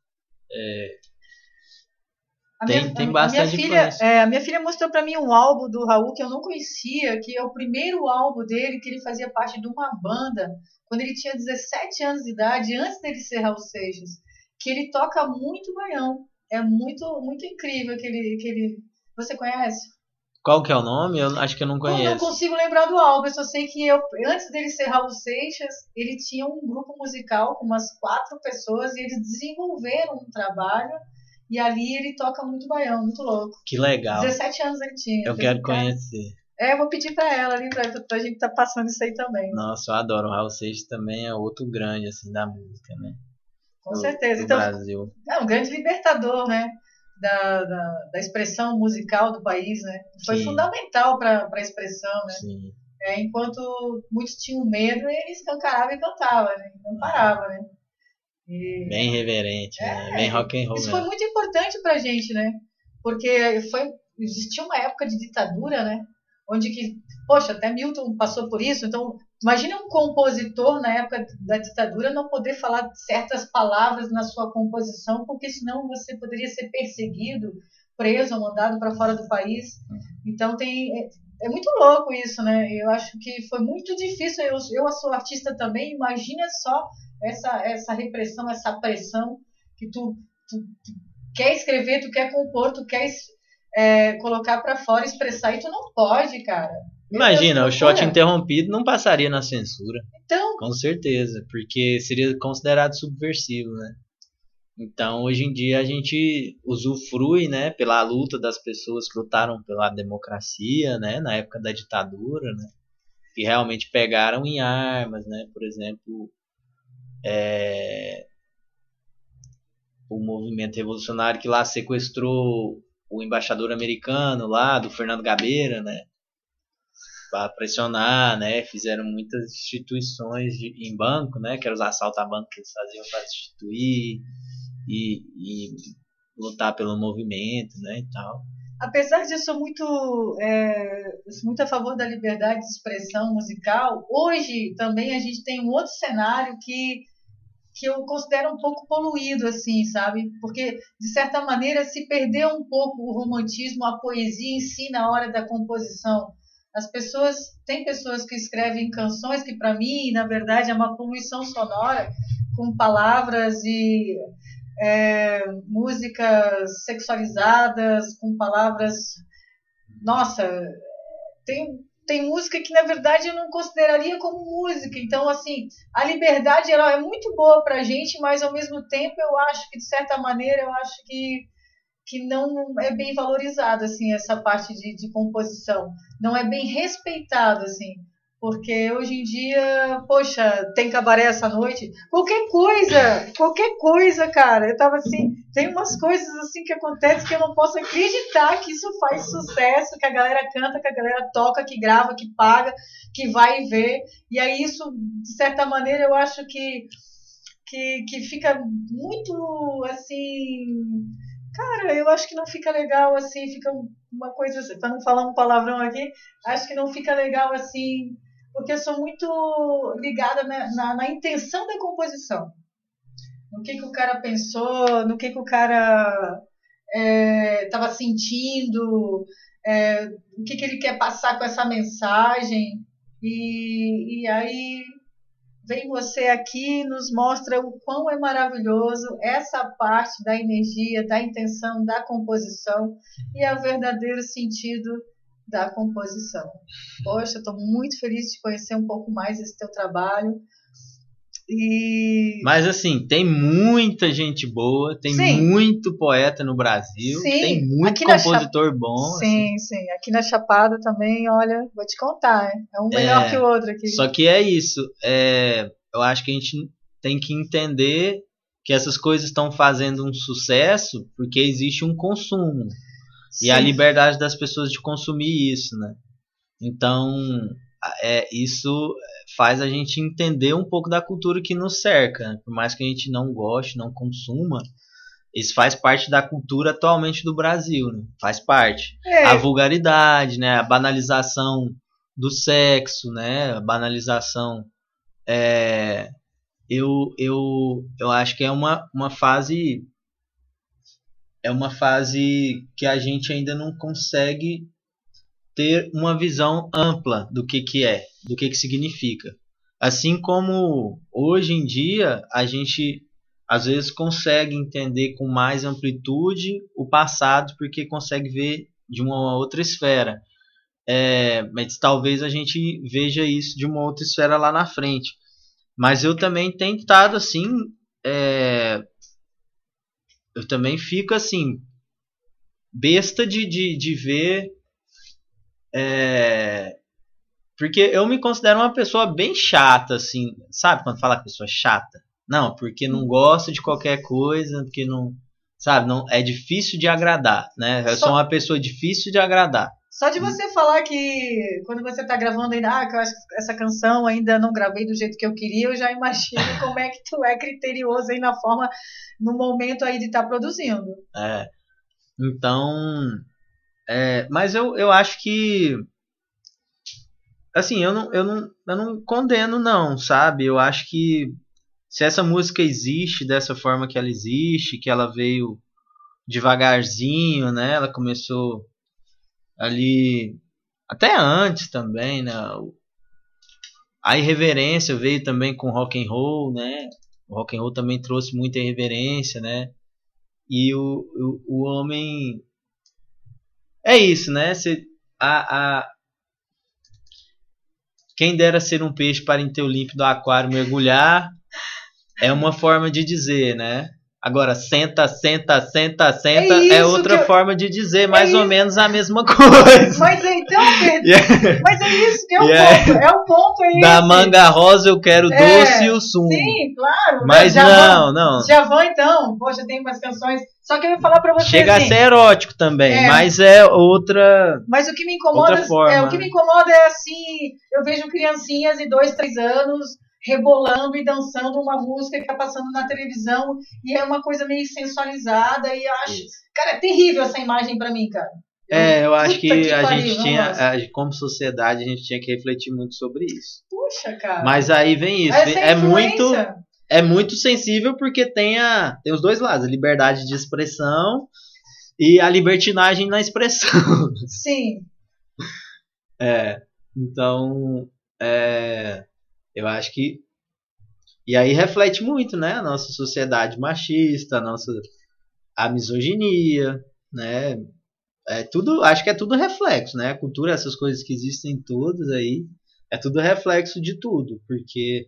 tem bastante influência. A minha filha mostrou pra mim um álbum do Raul que eu não conhecia, que é o primeiro álbum dele, que ele fazia parte de uma banda, quando ele tinha 17 anos de idade, antes dele ser Raul Seixas, que ele toca muito baião. É muito, muito incrível que ele... Você conhece? Qual que é o nome? Eu acho que eu não Não conheço. consigo lembrar do álbum, eu só sei que antes dele ser Raul Seixas, ele tinha um grupo musical com umas 4 pessoas e eles desenvolveram um trabalho e ali ele toca muito baião, muito louco. Que legal. 17 anos ele tinha. Eu quero conhecer. Eu vou pedir pra ela ali, pra gente tá passando isso aí também. Nossa, eu adoro. O Raul Seixas também é outro grande, assim, da música, né? Com certeza. Do Então, Brasil. é um grande libertador, né? Da expressão musical do país, né? Foi Sim. fundamental para a expressão, né? Sim. Enquanto muitos tinham medo, ele escancarava e cantava, né? Não parava, né? Bem reverente, né? Bem rock and roll. Isso foi muito importante pra gente, né? Porque existia uma época de ditadura, né? Onde que, poxa, até Milton passou por isso. Então, imagina um compositor na época da ditadura não poder falar certas palavras na sua composição, porque senão você poderia ser perseguido, preso ou mandado para fora do país. Então é muito louco isso, né? Eu acho que foi muito difícil. Eu sou artista também, imagina só essa repressão, essa pressão que tu quer escrever, tu quer compor, tu quer colocar para fora, expressar, e tu não pode, cara. Meu Deus, que Imagina, o shot loucura. interrompido não passaria na censura, Então, com certeza, porque seria considerado subversivo, né? Então, hoje em dia a gente usufrui, né, pela luta das pessoas que lutaram pela democracia, né, na época da ditadura, né, que realmente pegaram em armas, né, por exemplo, o movimento revolucionário que lá sequestrou o embaixador americano lá, do Fernando Gabeira, né, para pressionar, né, fizeram muitas instituições em banco, né, que eram os assaltos a banco que eles faziam para destituir e lutar pelo movimento, né, e tal. apesar de eu sou muito a favor da liberdade de expressão musical, hoje também a gente tem um outro cenário que eu considero um pouco poluído, assim, sabe? Porque, de certa maneira, se perdeu um pouco o romantismo, a poesia em si na hora da composição. Tem pessoas que escrevem canções que, para mim, na verdade, é uma poluição sonora, com palavras e músicas sexualizadas, com palavras. Nossa, tem música que na verdade eu não consideraria como música. Então, assim, a liberdade ela é muito boa pra gente, mas ao mesmo tempo eu acho que, de certa maneira, eu acho que não é bem valorizada, assim, essa parte de composição. Não é bem respeitado, assim. Porque hoje em dia, poxa, tem cabaré essa noite. Qualquer coisa, cara. Eu tava assim, tem umas coisas assim que acontecem que eu não posso acreditar que isso faz sucesso, que a galera canta, que a galera toca, que grava, que paga, que vai ver. E aí isso, de certa maneira, eu acho que fica muito assim. Cara, eu acho que não fica legal assim, fica uma coisa, para não falar um palavrão aqui, acho que não fica legal assim, porque eu sou muito ligada na intenção da composição, no que o cara pensou, no que o cara estava sentindo, o que ele quer passar com essa mensagem, e aí vem você aqui e nos mostra o quão é maravilhoso essa parte da energia, da intenção, da composição e é o verdadeiro sentido da composição. Poxa, estou muito feliz de conhecer um pouco mais esse teu trabalho. E Mas assim, tem muita gente boa, tem sim, muito poeta no Brasil, tem sim, muito compositor bom, assim. sim, aqui na Chapada também, olha, vou te contar, é um melhor que o É, outro aqui. só que é isso. Eu acho que a gente tem que entender que essas coisas estão fazendo um sucesso porque existe um consumo e a Sim, liberdade das pessoas de consumir isso, né? Então, isso faz a gente entender um pouco da cultura que nos cerca, né? Por mais que a gente não goste, não consuma, isso faz parte da cultura atualmente do Brasil, né? Faz parte. A é, vulgaridade, né? A banalização do sexo, né? A banalização. é, eu acho que é uma fase que a gente ainda não consegue ter uma visão ampla do que significa. Assim como hoje em dia a gente às vezes consegue entender com mais amplitude o passado porque consegue ver de uma outra esfera. Mas talvez a gente veja isso de uma outra esfera lá na frente. Mas eu também tenho estado assim, é, eu também fico assim, besta de ver, é, porque eu me considero uma pessoa bem chata, assim, sabe quando fala que a pessoa é chata? Não, porque não gosta de qualquer coisa, porque não, sabe, não é difícil de agradar, né? Eu sou só, uma pessoa difícil de agradar. Só de você falar que quando você está gravando ainda, que eu acho que essa canção ainda não gravei do jeito que eu queria, eu já imagino como é que tu é criterioso aí na forma, no momento aí de estar produzindo. É, então, mas eu acho que, assim, eu não condeno não, sabe? Eu acho que se essa música existe dessa forma que ela existe, que ela veio devagarzinho, né? Ela começou ali até antes também, né? A irreverência veio também com rock and roll, né? O rock and roll também trouxe muita irreverência, né? E o homem é isso, né? Quem dera ser um peixe para em teu límpido aquário mergulhar é uma forma de dizer, né? Agora, senta é outra forma de dizer mais ou menos a mesma coisa. Mas então, Pedro, mas é isso que é o ponto. É o ponto aí. Da manga rosa eu quero doce e o sumo. Sim, claro. Mas não. Djavan, então. Poxa, tem umas canções. Só que eu vou falar pra você. Chega a ser erótico também, mas é outra. Mas o que me incomoda o que me incomoda é assim, eu vejo criancinhas de 2, 3 anos rebolando e dançando uma música que está passando na televisão e é uma coisa meio sensualizada e eu acho, cara, é terrível essa imagem para mim, cara. Eu acho que a gente tinha, como sociedade, a gente tinha que refletir muito sobre isso. Puxa, cara. Mas aí vem isso, é muito sensível porque tem os dois lados, a liberdade de expressão e a libertinagem na expressão. Sim. Então, eu acho que... E aí reflete muito, né? A nossa sociedade machista, a misoginia, né? Acho que é tudo reflexo, né? A cultura, essas coisas que existem todas aí, é tudo reflexo de tudo, porque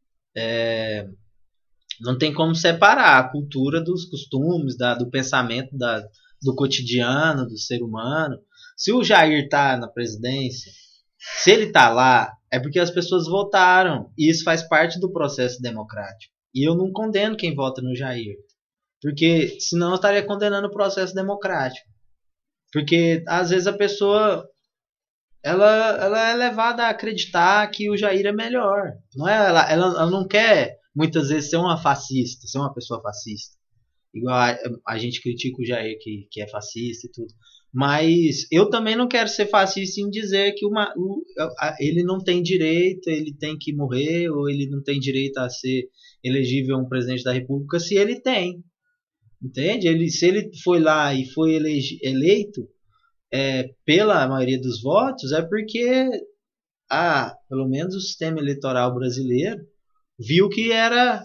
não tem como separar a cultura dos costumes, do pensamento, do cotidiano, do ser humano. Se o Jair tá na presidência, se ele tá lá, é porque as pessoas votaram. E isso faz parte do processo democrático. E eu não condeno quem vota no Jair. Porque senão eu estaria condenando o processo democrático. Porque às vezes a pessoa ela é levada a acreditar que o Jair é melhor. Não é, ela não quer muitas vezes ser uma fascista, ser uma pessoa fascista. Igual a gente critica o Jair que é fascista e tudo. Mas eu também não quero ser fascista em dizer que ele não tem direito, ele tem que morrer, ou ele não tem direito a ser elegível um presidente da República, se ele tem. Entende? Se ele foi lá e foi eleito pela maioria dos votos, é porque pelo menos o sistema eleitoral brasileiro viu que era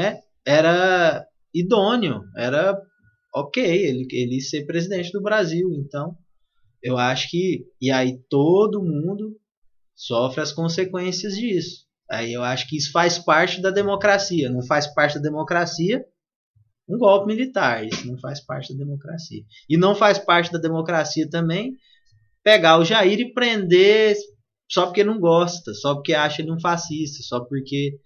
idôneo, era ok, ele ser presidente do Brasil. Então, eu acho que... E aí todo mundo sofre as consequências disso. Aí eu acho que isso faz parte da democracia. Não faz parte da democracia um golpe militar. Isso não faz parte da democracia. E não faz parte da democracia também pegar o Jair e prender só porque não gosta, só porque acha ele um fascista, só porque...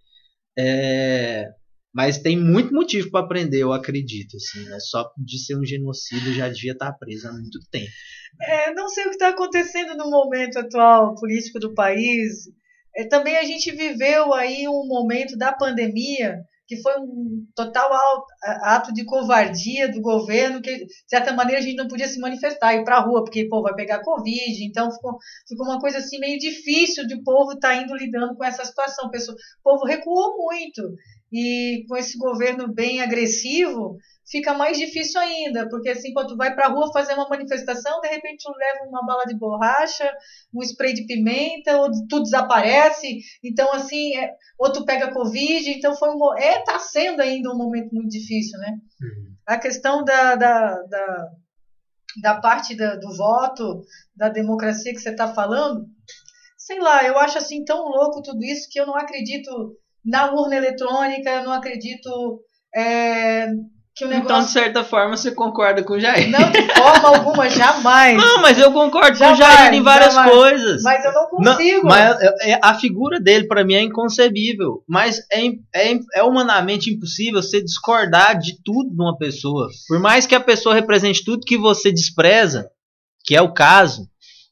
Mas tem muito motivo para prender, eu acredito. Assim, né? Só de ser um genocídio já devia estar preso há muito tempo. Não sei o que está acontecendo no momento atual político do país. Também a gente viveu aí um momento da pandemia que foi um total ato de covardia do governo, que de certa maneira a gente não podia se manifestar, ir para a rua, porque vai pegar Covid, então ficou uma coisa assim meio difícil de o povo estar indo lidando com essa situação. O povo recuou muito. E com esse governo bem agressivo, fica mais difícil ainda, porque assim, quando tu vai pra rua fazer uma manifestação, de repente tu leva uma bala de borracha, um spray de pimenta, ou tu desaparece, então assim, ou tu pega Covid, então tá sendo ainda um momento muito difícil, né? A questão da parte do voto, da democracia que você tá falando, sei lá, eu acho assim tão louco tudo isso que eu não acredito na urna eletrônica, eu não acredito que o negócio... Então, de certa forma, você concorda com o Jair. Não, de forma alguma, jamais. Não, mas eu concordo com o Jair em várias coisas. Mas eu não consigo. Mas a figura dele, para mim, é inconcebível. Mas é humanamente impossível você discordar de tudo de uma pessoa. Por mais que a pessoa represente tudo que você despreza, que é o caso,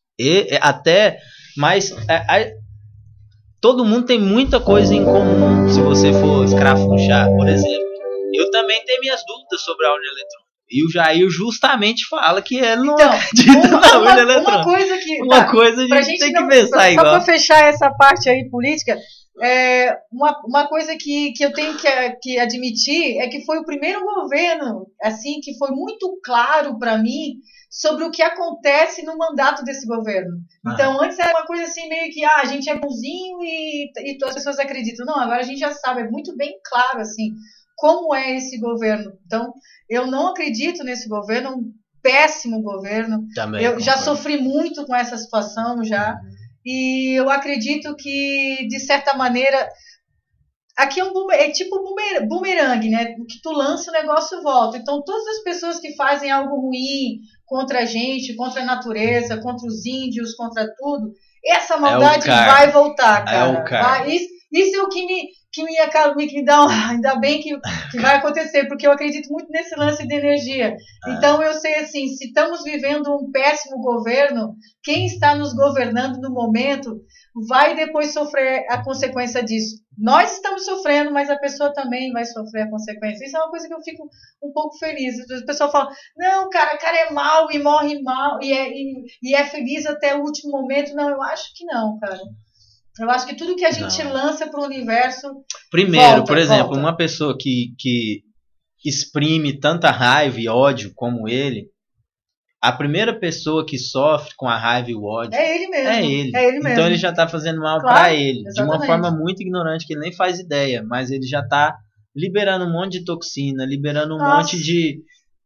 todo mundo tem muita coisa em comum. Se você for escrafunchar, por exemplo, eu também tenho minhas dúvidas sobre a urna eletrônica. E o Jair justamente fala que ele não acredita na urna eletrônica. Uma coisa a gente tem que pensar igual. Só para fechar essa parte aí política, uma coisa que eu tenho que admitir é que foi o primeiro governo assim que foi muito claro para mim sobre o que acontece no mandato desse governo. Então, antes era uma coisa assim, meio que a gente é bonzinho e as pessoas acreditam. Não, agora a gente já sabe, é muito bem claro assim como é esse governo. Então, eu não acredito nesse governo, um péssimo governo. Também eu já sofri muito com essa situação já. E eu acredito que, de certa maneira, aqui é tipo bumerangue, né? Que tu lança o negócio volta. Então, todas as pessoas que fazem algo ruim contra a gente, contra a natureza, contra os índios, contra tudo, essa maldade vai voltar, cara. Isso é o que me dá ainda bem que vai acontecer, porque eu acredito muito nesse lance de energia. Então eu sei assim, se estamos vivendo um péssimo governo, quem está nos governando no momento vai depois sofrer a consequência disso. Nós estamos sofrendo, mas a pessoa também vai sofrer a consequência. Isso é uma coisa que eu fico um pouco feliz. O pessoal fala, não, cara é mau e morre mal e é feliz até o último momento. Não, eu acho que não, cara. Eu acho que tudo que a gente lança para o universo. Primeiro, por exemplo, uma pessoa que exprime tanta raiva e ódio como ele, a primeira pessoa que sofre com a raiva e o ódio é ele mesmo. É ele mesmo. Então ele já está fazendo mal para ele, exatamente. De uma forma muito ignorante, que ele nem faz ideia, mas ele já está liberando um monte de toxina, liberando um monte de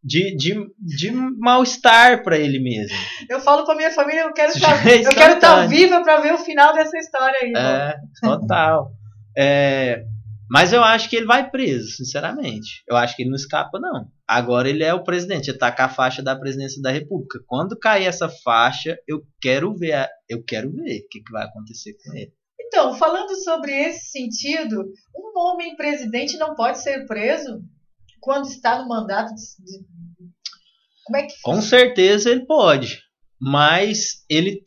mal-estar para ele mesmo. Eu falo para minha família, eu quero estar viva para ver o final dessa história aí. Total. Mas eu acho que ele vai preso, sinceramente. Eu acho que ele não escapa, não. Agora ele é o presidente, ele tá com a faixa da presidência da República. Quando cair essa faixa, eu quero ver o que vai acontecer com ele. Então, falando sobre esse sentido, um homem presidente não pode ser preso quando está no mandato Como é que Com certeza ele pode, mas ele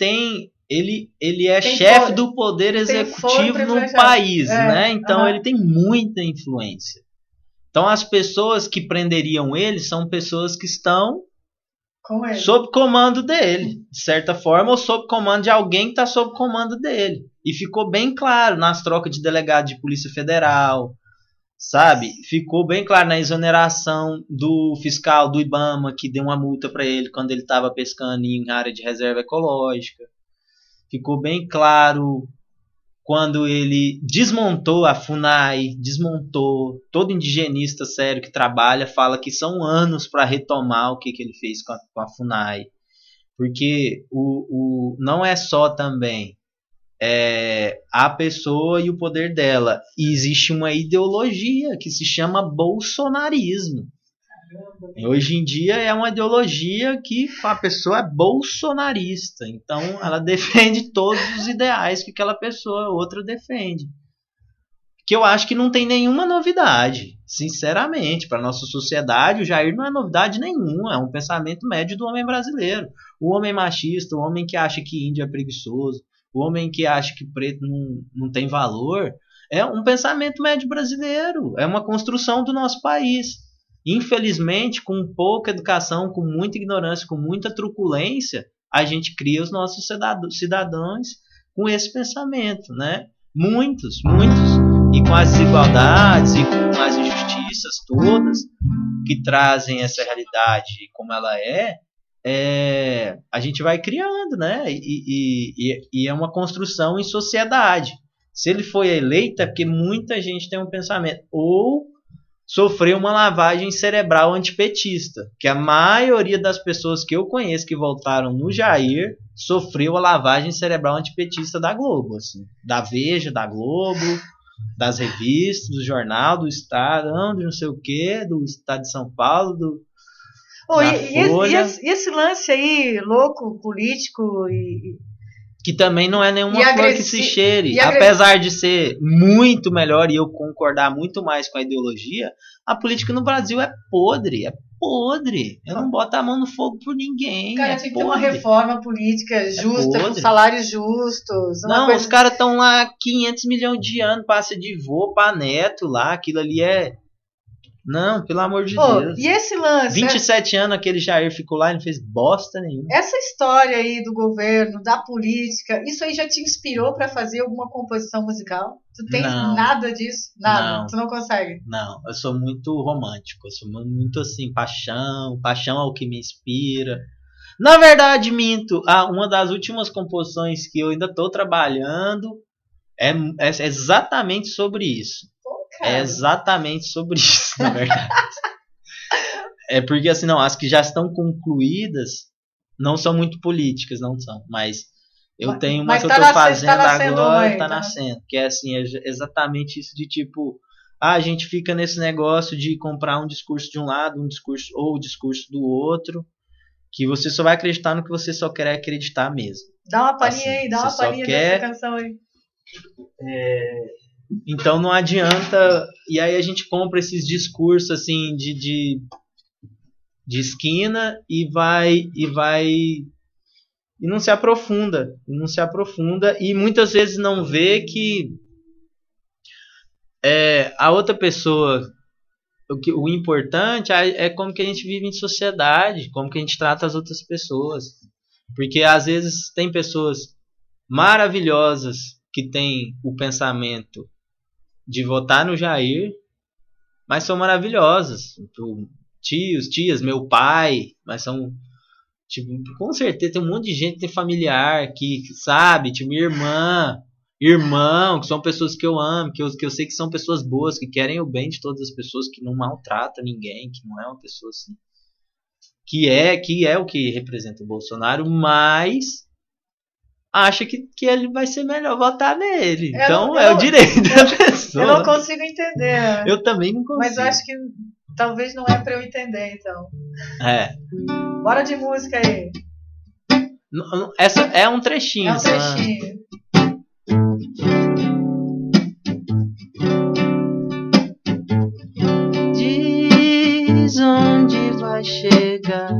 é chefe do poder executivo no país, né? Então ele tem muita influência. Então as pessoas que prenderiam ele são pessoas que estão sob comando dele, de certa forma, ou sob comando de alguém que está sob comando dele. E ficou bem claro nas trocas de delegado de Polícia Federal, sabe? Ficou bem claro na exoneração do fiscal do IBAMA, que deu uma multa para ele quando ele estava pescando em área de reserva ecológica. Ficou bem claro quando ele desmontou a FUNAI, todo indigenista sério que trabalha fala que são anos para retomar o que ele fez com a FUNAI. Porque não é só também a pessoa e o poder dela. E existe uma ideologia que se chama bolsonarismo. Hoje em dia é uma ideologia que a pessoa é bolsonarista. Então ela defende todos os ideais que aquela pessoa outra defende. Que eu acho que não tem nenhuma novidade. Sinceramente, para a nossa sociedade, o Jair não é novidade nenhuma. É um pensamento médio do homem brasileiro. O homem machista, o homem que acha que índio é preguiçoso, o homem que acha que preto não tem valor, é um pensamento médio brasileiro. É uma construção do nosso país. Infelizmente, com pouca educação, com muita ignorância, com muita truculência, a gente cria os nossos cidadãos com esse pensamento, né? Muitos. E com as desigualdades e com as injustiças todas que trazem essa realidade como ela a gente vai criando, né? E é uma construção em sociedade. Se ele foi eleito é porque muita gente tem um pensamento. Ou sofreu uma lavagem cerebral antipetista, que a maioria das pessoas que eu conheço que votaram no Jair sofreu a lavagem cerebral antipetista da Globo, assim, da Veja, da Globo, das revistas, do jornal, do Estado, não sei o que, do Estado de São Paulo, e esse lance aí louco, político que também não é nenhuma flor que se cheire. Apesar de ser muito melhor e eu concordar muito mais com a ideologia, a política no Brasil é podre. Eu não boto a mão no fogo por ninguém. Cara, tinha que ter uma reforma política justa, com salários justos. Os caras estão lá 500 milhões de anos, passa de vô para neto lá, aquilo ali Não, pelo amor de Pô, Deus. e esse lance, 27 anos aquele Jair ficou lá e não fez bosta nenhuma. essa história aí do governo, da política, isso aí já te inspirou para fazer alguma composição musical? Tu tens Não, nada disso? Nada. não, Tu não consegue? não. Eu sou muito romântico. Eu sou muito assim, paixão. Paixão é o que me inspira. Na verdade, minto. Uma das últimas composições que eu ainda estou trabalhando é exatamente sobre isso. Pô, É cara. exatamente sobre isso, na verdade. É porque assim, não, as que já estão concluídas não são muito políticas, não são. Mas eu tenho uma Mas que eu tá tô fazendo nascendo uma agora aí, e tá tá nascendo. Que é assim, é exatamente isso de tipo, a gente fica nesse negócio de comprar um discurso de um lado, um discurso ou o discurso do outro, que você só vai acreditar no que você só quer acreditar mesmo. Dá uma palhinha Assim, aí, dá você uma só palhinha dessa quer. canção aí. Então não adianta. E aí a gente compra esses discursos assim de esquina e vai e não se aprofunda, e muitas vezes não vê que a outra pessoa, o importante é como que a gente vive em sociedade, como que a gente trata as outras pessoas, porque às vezes tem pessoas maravilhosas que têm o pensamento de votar no Jair, mas são maravilhosas, tios, tias, meu pai, mas são tipo, com certeza tem um monte de gente, tem familiar que sabe, tipo, minha irmã, irmão, que são pessoas que eu amo, que eu sei que são pessoas boas, que querem o bem de todas as pessoas, que não maltratam ninguém, que não é uma pessoa assim, que é o que representa o Bolsonaro, mas acha que ele vai ser melhor votar nele. Então é o direito da pessoa. Eu não consigo entender. Eu também não consigo. Mas eu acho que talvez não é pra eu entender, então. Bora de música aí. Essa é um trechinho. É um trechinho. Diz onde vai chegar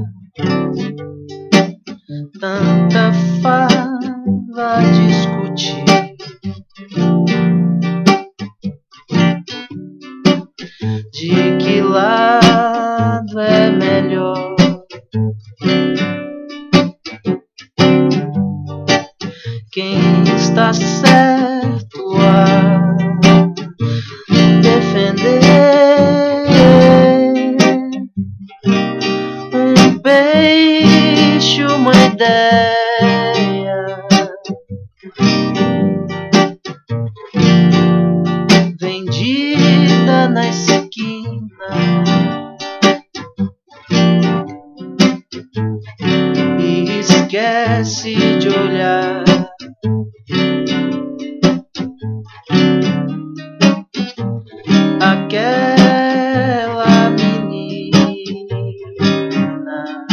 tanta fava discutir. De que lado é melhor? Quem está certo a defender um peixe, uma ideia vendida na esquina e esquece de olhar aquela menina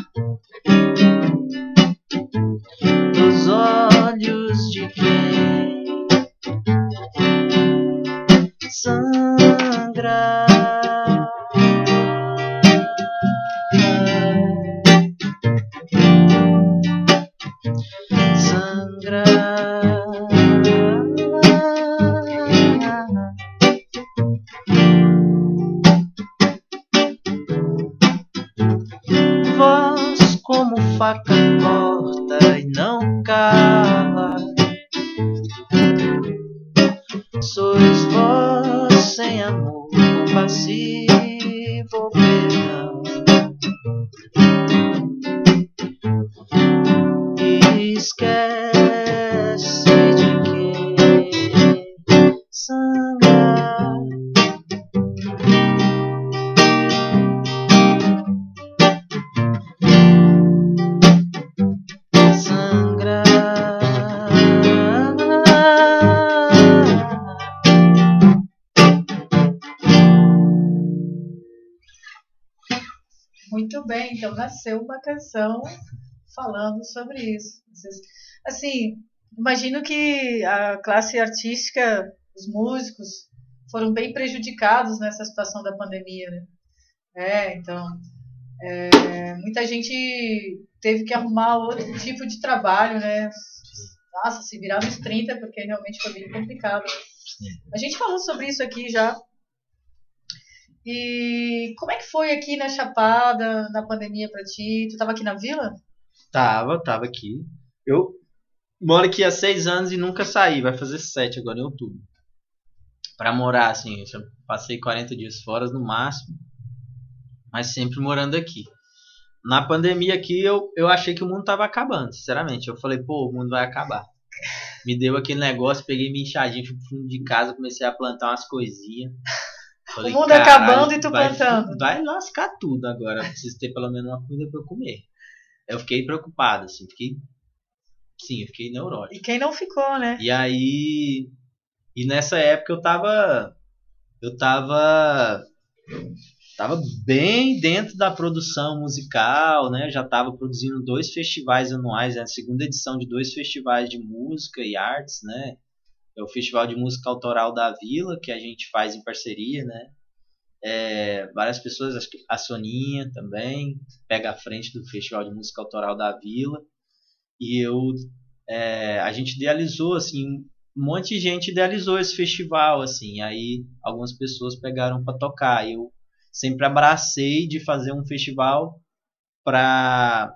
dos olhos de quem sangra. Voz como faca corta e não cala. Sois vós sem amor, compassivo perdão. E esquece de quem sangra. Muito bem, então nasceu uma canção falando sobre isso. Assim, imagino que a classe artística, os músicos, foram bem prejudicados nessa situação da pandemia, né? Então, muita gente teve que arrumar outro tipo de trabalho, né? Nossa, se virar nos 30, porque realmente foi bem complicado. A gente falou sobre isso aqui já. E como é que foi aqui na Chapada, na pandemia pra ti? Tu tava aqui na Vila? Tava aqui. Eu moro aqui há 6 anos e nunca saí. Vai fazer 7 agora em outubro. Pra morar, assim, eu já passei 40 dias fora no máximo, mas sempre morando aqui. Na pandemia aqui, eu achei que o mundo tava acabando, sinceramente. Eu falei, pô, o mundo vai acabar. Me deu aquele negócio, peguei minha enxadinha, fui pro fundo de casa, comecei a plantar umas coisinhas. O Falei, mundo caralho, acabando e tu plantando. vai lascar tudo agora. Preciso ter pelo menos uma coisa pra eu comer. Eu fiquei preocupado, assim, eu fiquei E neurótico. quem não ficou, né? E aí, e nessa época eu tava bem dentro da produção musical, né? Já estava produzindo 2 festivais anuais, a segunda edição de 2 festivais de música e artes, né? É o Festival de Música Autoral da Vila, que a gente faz em parceria, né? Várias pessoas, acho que a Soninha também pega a frente do Festival de Música Autoral da Vila. E a gente idealizou, assim, um monte de gente idealizou esse festival, assim, aí algumas pessoas pegaram para tocar. Eu sempre abracei de fazer um festival para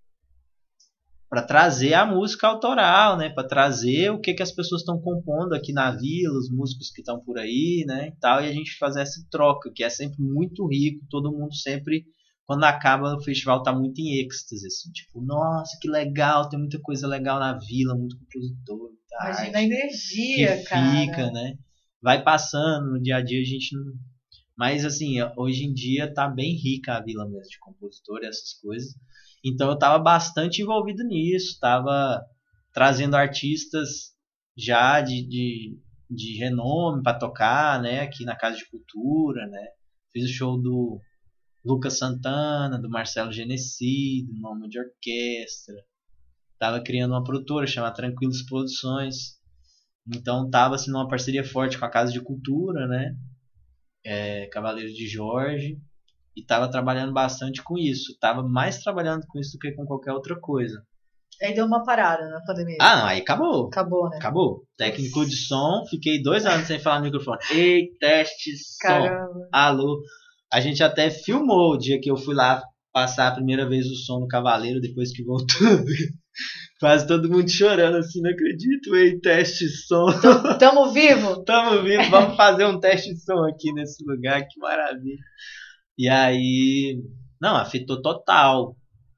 trazer a música autoral, né, para trazer o que as pessoas estão compondo aqui na vila, os músicos que estão por aí, né, e tal, e a gente fazer essa troca, que é sempre muito rico, todo mundo sempre quando acaba o festival tá muito em êxtase, assim, tipo, nossa, que legal, tem muita coisa legal na vila, muito compositor, muita Imagina a arte que energia, fica, cara. né? Vai passando no dia a dia, a gente não. Mas assim, hoje em dia tá bem rica a vila mesmo de compositor e essas coisas. Então eu tava bastante envolvido nisso, tava trazendo artistas já de renome para tocar, né? Aqui na Casa de Cultura, né? Fiz o show do Lucas Santana, do Marcelo Genesi, do Nome de Orquestra. Tava criando uma produtora chamada Tranquilos Produções. Então tava assim numa parceria forte com a Casa de Cultura, né? Cavaleiro de Jorge. E tava trabalhando bastante com isso. Tava mais trabalhando com isso do que com qualquer outra coisa. Aí deu uma parada na pandemia. Ah, não, aí acabou. Acabou, né? Acabou. Técnico de som, fiquei 2 anos sem falar no microfone. Ei, teste, som. Caramba. Alô. A gente até filmou o dia que eu fui lá passar a primeira vez o som no Cavaleiro, depois que voltou. Quase todo mundo chorando assim, não acredito. Ei, teste, som. Tamo vivo? Tamo vivo, vamos fazer um teste de som aqui nesse lugar, que maravilha. E aí, não, afetou total.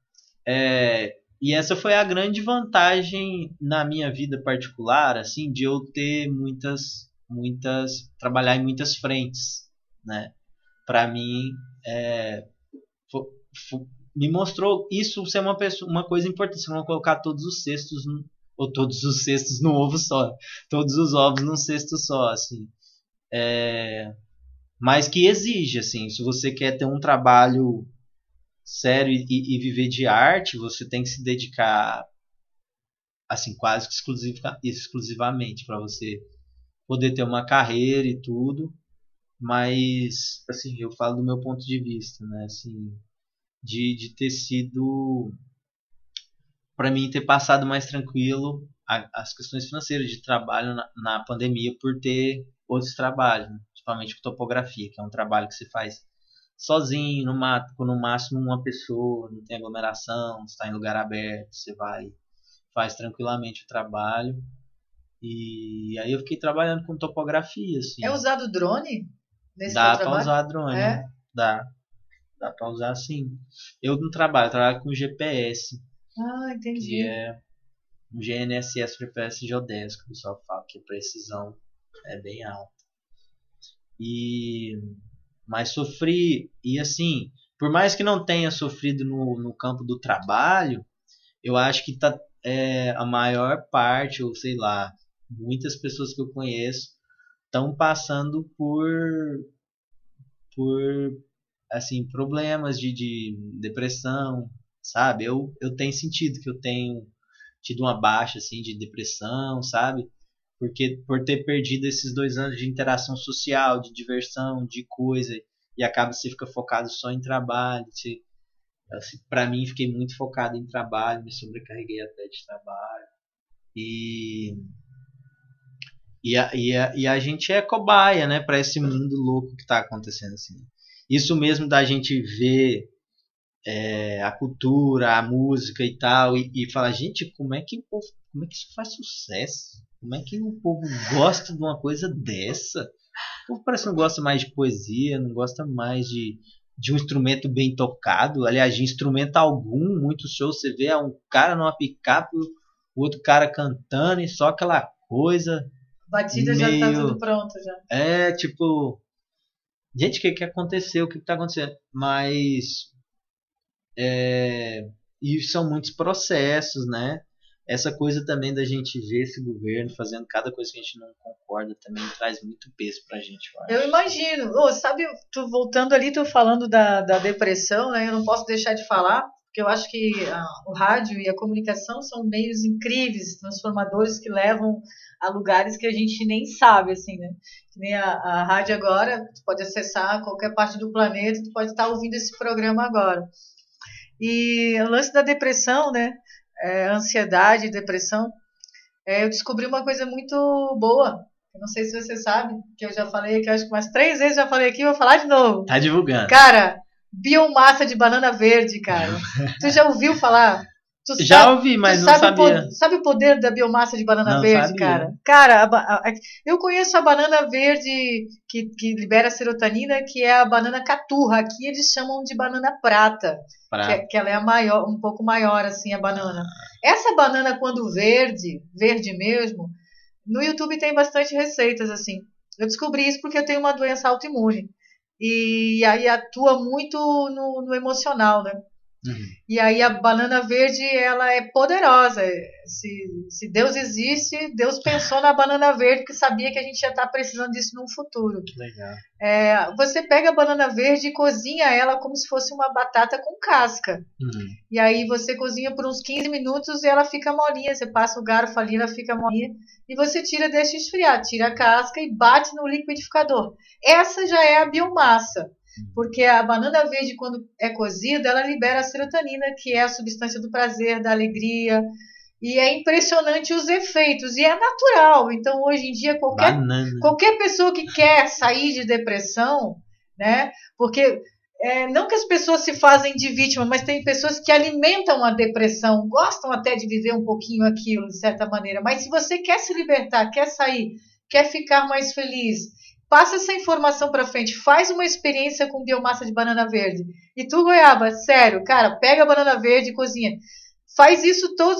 E essa foi a grande vantagem na minha vida particular, assim, de eu ter trabalhar em muitas frentes, né? Para mim, fo- me mostrou isso ser uma coisa importante. Você não colocar todos os cestos ou todos os cestos num ovo só, todos os ovos num cesto só, assim. Mas que exige, assim, se você quer ter um trabalho sério e viver de arte, você tem que se dedicar assim quase que exclusivamente para você poder ter uma carreira e tudo, mas assim eu falo do meu ponto de vista, né, assim de ter sido para mim ter passado mais tranquilo as questões financeiras de trabalho na pandemia por ter outros trabalhos, né? Principalmente com topografia, que é um trabalho que se faz sozinho, no mato, com no máximo uma pessoa, não tem aglomeração, está em lugar aberto, você vai, faz tranquilamente o trabalho. E aí eu fiquei trabalhando com topografia, É assim. usado drone nesse teu Dá para trabalho? usar drone, É? dá para usar sim. Eu não trabalho, eu trabalho com GPS, Ah, que entendi. é um GNSS GPS geodésico, o pessoal fala que a precisão é bem alta. E mas sofri, e assim, por mais que não tenha sofrido no campo do trabalho, eu acho que a maior parte, ou sei lá, muitas pessoas que eu conheço estão passando por assim, problemas de depressão, sabe? Eu tenho sentido que eu tenho tido uma baixa assim, de depressão, sabe? Porque por ter perdido esses 2 anos de interação social, de diversão, de coisa, e acaba você fica focado só em trabalho. Assim, para mim, fiquei muito focado em trabalho, me sobrecarreguei até de trabalho. E, e a gente é cobaia, né, para esse mundo louco que está acontecendo assim. Isso mesmo da gente ver a cultura, a música e tal, e falar, gente, como é que isso faz sucesso? Como é que o povo gosta de uma coisa dessa? O povo parece que não gosta mais de poesia, não gosta mais de um instrumento bem tocado, aliás, de instrumento algum, muitos shows você vê um cara numa picape, o outro cara cantando e só aquela coisa Batida já tá tudo pronto já. Tipo, gente, o que aconteceu? O que tá acontecendo? Mas e são muitos processos, né? Essa coisa também da gente ver esse governo fazendo cada coisa que a gente não concorda também traz muito peso pra gente, eu acho. Eu imagino. Sabe, tu voltando ali, tu falando da depressão, né? Eu não posso deixar de falar, porque eu acho que o rádio e a comunicação são meios incríveis, transformadores que levam a lugares que a gente nem sabe, assim, né? Que nem a rádio agora, tu pode acessar qualquer parte do planeta, tu pode estar ouvindo esse programa agora. E o lance da depressão, né? Ansiedade, depressão, eu descobri uma coisa muito boa. Eu não sei se você sabe, que eu já falei aqui, acho que umas 3 vezes já falei aqui, vou falar de novo. Tá divulgando. Cara, biomassa de banana verde, cara. Tu já ouviu falar? Já ouvi, mas não sabia. Sabe o poder da biomassa de banana verde, sabia. cara? Cara, eu conheço a banana verde que libera serotonina, que é a banana caturra. Aqui eles chamam de banana prata. Que ela é um pouco maior, assim, a banana. Essa banana, quando verde mesmo, no YouTube tem bastante receitas, assim. Eu descobri isso porque eu tenho uma doença autoimune. E aí atua muito no emocional, né? Uhum. E aí a banana verde, ela é poderosa. Se Deus existe, Deus pensou na banana verde, porque sabia que a gente ia estar precisando disso no futuro. Que legal. Você pega a banana verde e cozinha ela como se fosse uma batata com casca. Uhum. E aí você cozinha por uns 15 minutos e ela fica molinha. Você passa o garfo ali, ela fica molinha. E você deixa esfriar, tira a casca e bate no liquidificador. Essa já é a biomassa. Porque a banana verde, quando é cozida, ela libera a serotonina, que é a substância do prazer, da alegria. E é impressionante os efeitos. E é natural. Então, hoje em dia, qualquer pessoa que quer sair de depressão, né? Porque não que as pessoas se fazem de vítima, mas tem pessoas que alimentam a depressão, gostam até de viver um pouquinho aquilo, de certa maneira. Mas se você quer se libertar, quer sair, quer ficar mais feliz, passa essa informação para frente, faz uma experiência com biomassa de banana verde. E tu, Goiaba, sério, cara, pega a banana verde e cozinha. Faz isso todos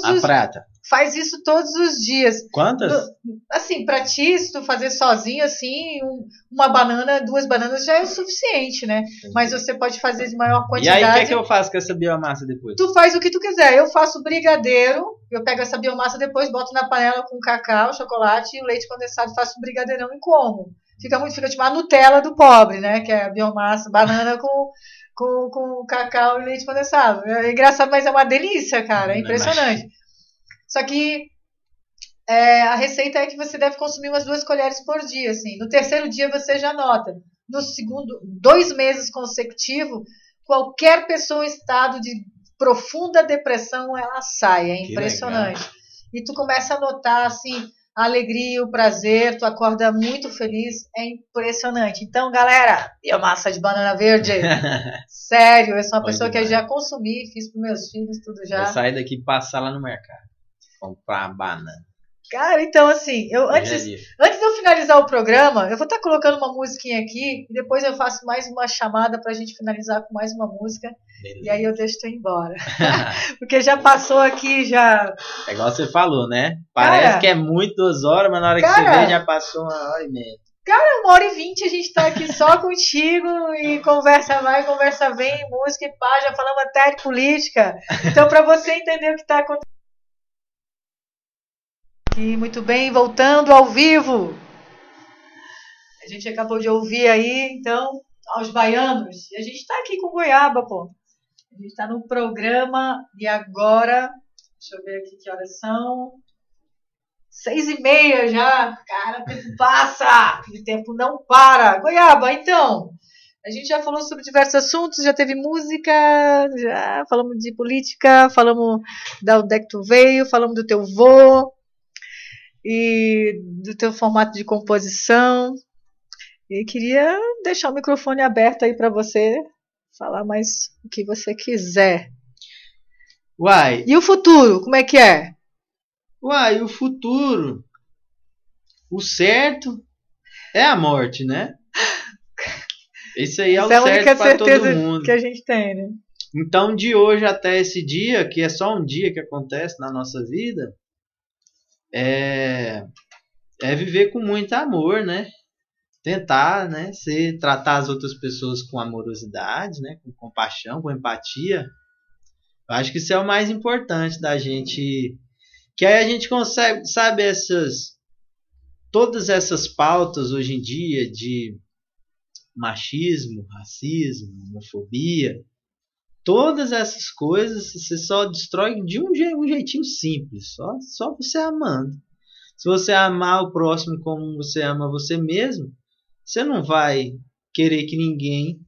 os dias. Quantas? Assim, pra ti, se tu fazer sozinho, assim, uma banana, 2 bananas já é o suficiente, né? Entendi. Mas você pode fazer de maior quantidade. E aí, o que eu faço com essa biomassa depois? Tu faz o que tu quiser. Eu faço brigadeiro, eu pego essa biomassa depois, boto na panela com cacau, chocolate e leite condensado, faço um brigadeirão e como. Fica tipo a Nutella do pobre, né? Que é a biomassa, banana com cacau e leite condensado. É engraçado, mas é uma delícia, cara. É impressionante. Só que a receita é que você deve consumir umas 2 colheres por dia, assim. No 3º dia você já nota. No segundo, 2 meses consecutivos, qualquer pessoa em estado de profunda depressão, ela sai. É impressionante. E tu começa a notar, assim, a alegria, o prazer, tu acorda muito feliz, é impressionante. Então, galera, biomassa de banana verde, sério, eu sou uma pessoa que eu já consumi, fiz para meus filhos, tudo já. Vou sair daqui e passar lá no mercado, comprar banana. Cara, então assim, antes de eu finalizar o programa, eu vou estar colocando uma musiquinha aqui e depois eu faço mais uma chamada pra gente finalizar com mais uma música. Beleza. E aí eu deixo tu ir embora. Porque já passou aqui, já... É igual você falou, né? Parece que é muito 2 horas, mas na hora que você vê já passou 1h30. Cara, 1h20 a gente tá aqui só contigo e conversa vai, conversa vem, música e pá, já falamos até de política. Então pra você entender o que tá acontecendo. E muito bem, voltando ao vivo. A gente acabou de ouvir aí, então, aos baianos. E a gente está aqui com Goiaba, pô. A gente está no programa e agora, deixa eu ver aqui que horas são. 6h30 já. Cara, o tempo passa. O tempo não para. Goiaba, então, a gente já falou sobre diversos assuntos, já teve música, já falamos de política, falamos da onde é que tu veio, falamos do teu vô. E do teu formato de composição. E queria deixar o microfone aberto aí para você falar mais o que você quiser. Uai, E o futuro, como é que é? o futuro, o certo é a morte, né? Isso aí é o Essa é a única certo para todo certeza mundo. que a gente tem, né? Então, de hoje até esse dia, que é só um dia que acontece na nossa vida, é, é viver com muito amor, né? Tentar, né, tratar as outras pessoas com amorosidade, né, com compaixão, com empatia. Eu acho que isso é o mais importante da gente, que aí a gente consegue, sabe, todas essas pautas hoje em dia de machismo, racismo, homofobia, todas essas coisas você só destrói de um jeitinho simples, só você amando. Se você amar o próximo como você ama você mesmo, você não vai querer que ninguém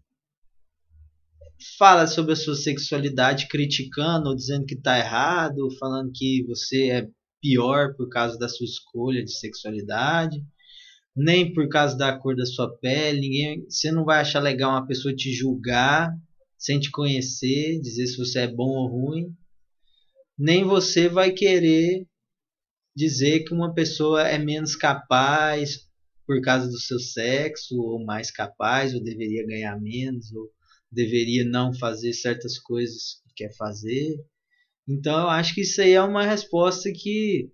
fala sobre a sua sexualidade criticando ou dizendo que está errado, ou falando que você é pior por causa da sua escolha de sexualidade, nem por causa da cor da sua pele. Você não vai achar legal uma pessoa te julgar sem te conhecer, dizer se você é bom ou ruim. Nem você vai querer dizer que uma pessoa é menos capaz por causa do seu sexo, ou mais capaz, ou deveria ganhar menos, ou deveria não fazer certas coisas que quer fazer. Então eu acho que isso aí é uma resposta que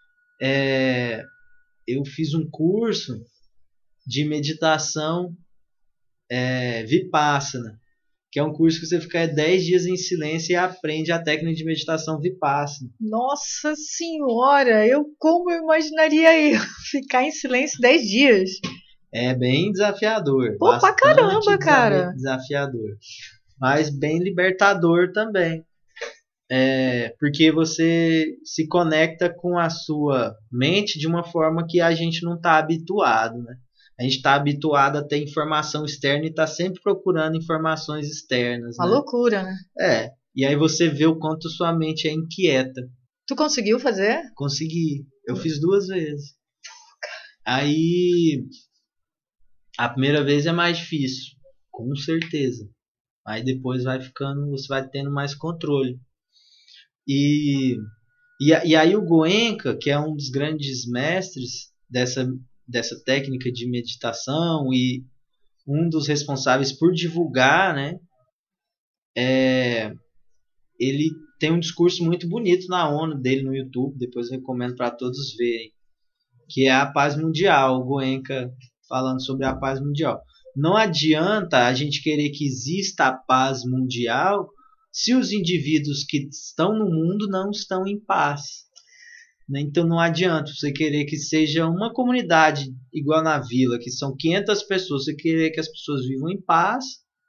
eu fiz um curso de meditação Vipassana, que é um curso que você fica 10 dias em silêncio e aprende a técnica de meditação Vipassana. Nossa senhora, como eu imaginaria eu ficar em silêncio 10 dias? É bem desafiador. Pô, pra caramba, cara. Desafiador. Mas bem libertador também. Porque você se conecta com a sua mente de uma forma que a gente não está habituado, né? A gente está habituado a ter informação externa e está sempre procurando informações externas, Uma né? loucura, né? E aí você vê o quanto sua mente é inquieta. Tu conseguiu fazer? Consegui. Eu fiz 2 vezes. Aí a primeira vez é mais difícil, com certeza. Aí depois você vai tendo mais controle. E aí o Goenka, que é um dos grandes mestres dessa técnica de meditação e um dos responsáveis por divulgar, né? Ele tem um discurso muito bonito na ONU dele no YouTube, depois eu recomendo para todos verem, que é a paz mundial, o Goenka falando sobre a paz mundial. Não adianta a gente querer que exista a paz mundial se os indivíduos que estão no mundo não estão em paz. Então não adianta você querer que seja uma comunidade igual na vila, que são 500 pessoas, você querer que as pessoas vivam em paz,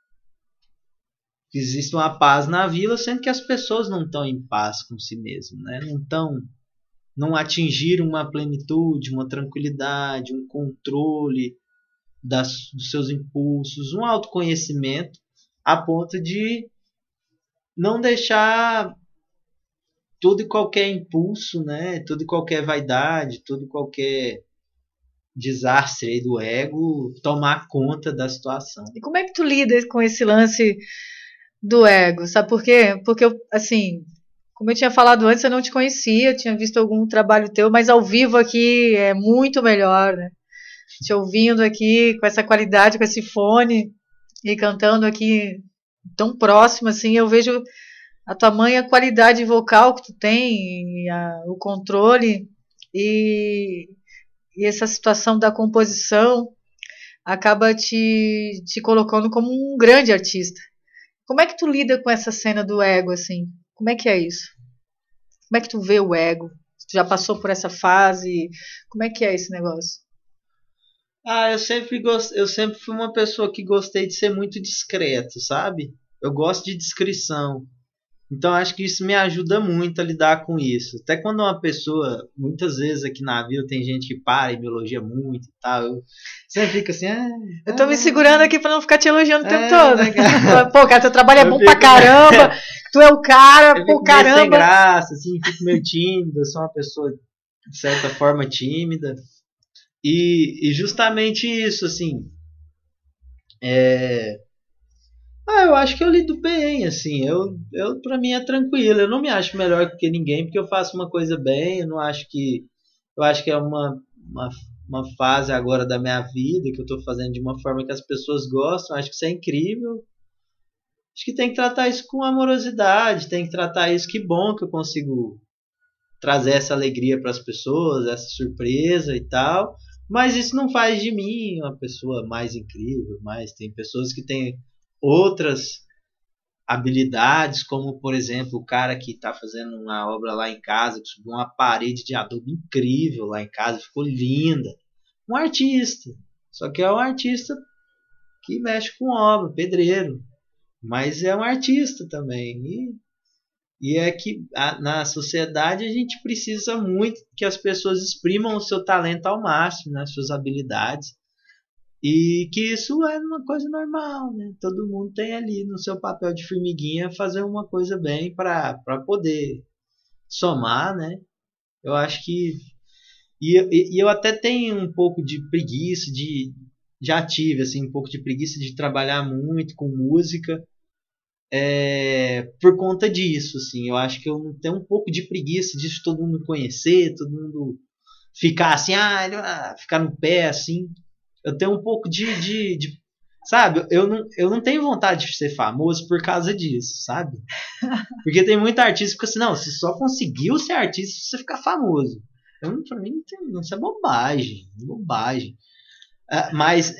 que exista uma paz na vila, sendo que as pessoas não estão em paz com si mesmas, né? Não atingiram uma plenitude, uma tranquilidade, um controle dos seus impulsos, um autoconhecimento a ponto de não deixar todo e qualquer impulso, né, toda e qualquer vaidade, todo e qualquer desastre aí do ego tomar conta da situação. E como é que tu lida com esse lance do ego? Sabe por quê? Porque, assim, como eu tinha falado antes, eu não te conhecia, tinha visto algum trabalho teu, mas ao vivo aqui é muito melhor, né? Te ouvindo aqui com essa qualidade, com esse fone e cantando aqui tão próximo, assim, eu vejo a tua mãe, a qualidade vocal que tu tem, o controle e essa situação da composição acaba te colocando como um grande artista. Como é que tu lida com essa cena do ego, assim? Como é que é isso? Como é que tu vê o ego? Tu já passou por essa fase? Como é que é esse negócio? Eu sempre fui uma pessoa que gostei de ser muito discreto, sabe? Eu gosto de discrição. Então acho que isso me ajuda muito a lidar com isso. Até quando uma pessoa, muitas vezes aqui na vila tem gente que para e me elogia muito e tal, eu sempre fico assim, eu tô me segurando aqui pra não ficar te elogiando o tempo todo. Legal. Pô, cara, teu trabalho é bom pra caramba, tu é o cara, pô, caramba. Meio sem graça, assim, fico meio tímido, eu sou uma pessoa de certa forma tímida. E justamente isso, assim, Eu acho que eu lido bem, assim, pra mim é tranquilo, eu não me acho melhor que ninguém porque eu faço uma coisa bem, eu acho que é uma fase agora da minha vida que eu tô fazendo de uma forma que as pessoas gostam, acho que isso é incrível, acho que tem que tratar isso com amorosidade, tem que tratar isso, que bom que eu consigo trazer essa alegria para as pessoas, essa surpresa e tal, mas isso não faz de mim uma pessoa mais incrível, mas tem pessoas que têm outras habilidades, como por exemplo o cara que está fazendo uma obra lá em casa, que subiu uma parede de adobe incrível lá em casa, ficou linda. Um artista, só que é um artista que mexe com obra, pedreiro, mas é um artista também. E é que na sociedade a gente precisa muito que as pessoas exprimam o seu talento ao máximo, né, suas habilidades. E que isso é uma coisa normal, né? Todo mundo tem ali no seu papel de formiguinha fazer uma coisa bem para poder somar, né? Eu acho que. E eu até tenho um pouco de preguiça de. Já tive, assim, um pouco de preguiça de trabalhar muito com música por conta disso, assim. Eu acho que eu tenho um pouco de preguiça disso, todo mundo conhecer, todo mundo ficar assim, ficar no pé, assim. Eu tenho um pouco sabe, eu não tenho vontade de ser famoso por causa disso, sabe? Porque tem muito artista que fica assim, não, você só conseguiu ser artista se você ficar famoso. Pra mim, isso é bobagem, bobagem. Mas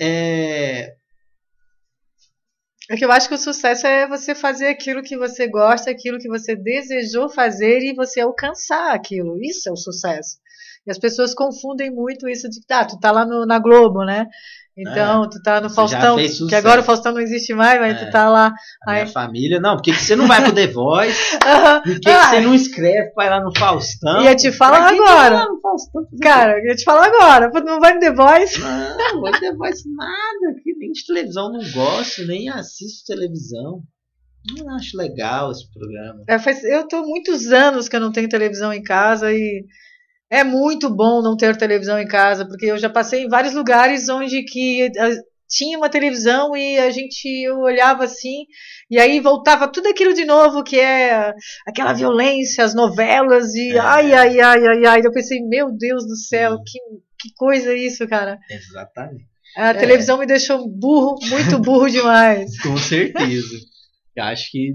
É que eu acho que o sucesso é você fazer aquilo que você gosta, aquilo que você desejou fazer e você alcançar aquilo. Isso é o sucesso. E as pessoas confundem muito isso de, tu tá lá na Globo, né? Então, tu tá no você já Faustão, fez que sucesso. agora o Faustão não existe mais, mas tu tá lá. A minha família, não, por que você não vai pro The Voice? Por que você não escreve pra ir lá no Faustão? Ia te falar agora. Lá no Faustão, cara, ia te falar agora. Não vai no The Voice? Não vai no The Voice nada, que nem de televisão não gosto, nem assisto televisão. Não acho legal esse programa. Eu tô muitos anos que eu não tenho televisão em casa e é muito bom não ter televisão em casa, porque eu já passei em vários lugares onde que tinha uma televisão e eu olhava assim, e aí voltava tudo aquilo de novo, que é aquela violência, as novelas, e ai. Eu pensei, meu Deus do céu, que coisa é isso, cara. Exatamente. A televisão me deixou burro, muito burro demais. Com certeza. Eu acho que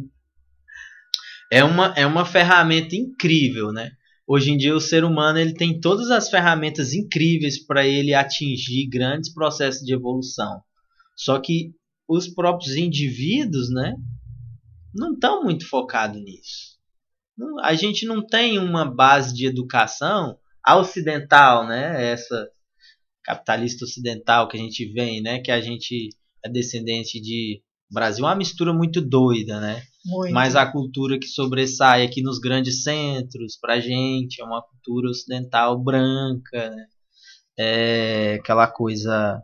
é uma ferramenta incrível, né? Hoje em dia o ser humano ele tem todas as ferramentas incríveis para ele atingir grandes processos de evolução. Só que os próprios indivíduos, né, não estão muito focados nisso. A gente não tem uma base de educação ocidental, né? Essa capitalista ocidental que a gente vem, né? Que a gente é descendente de o Brasil é uma mistura muito doida, né? Muito. Mas a cultura que sobressai aqui nos grandes centros, pra gente, é uma cultura ocidental branca, né? É aquela coisa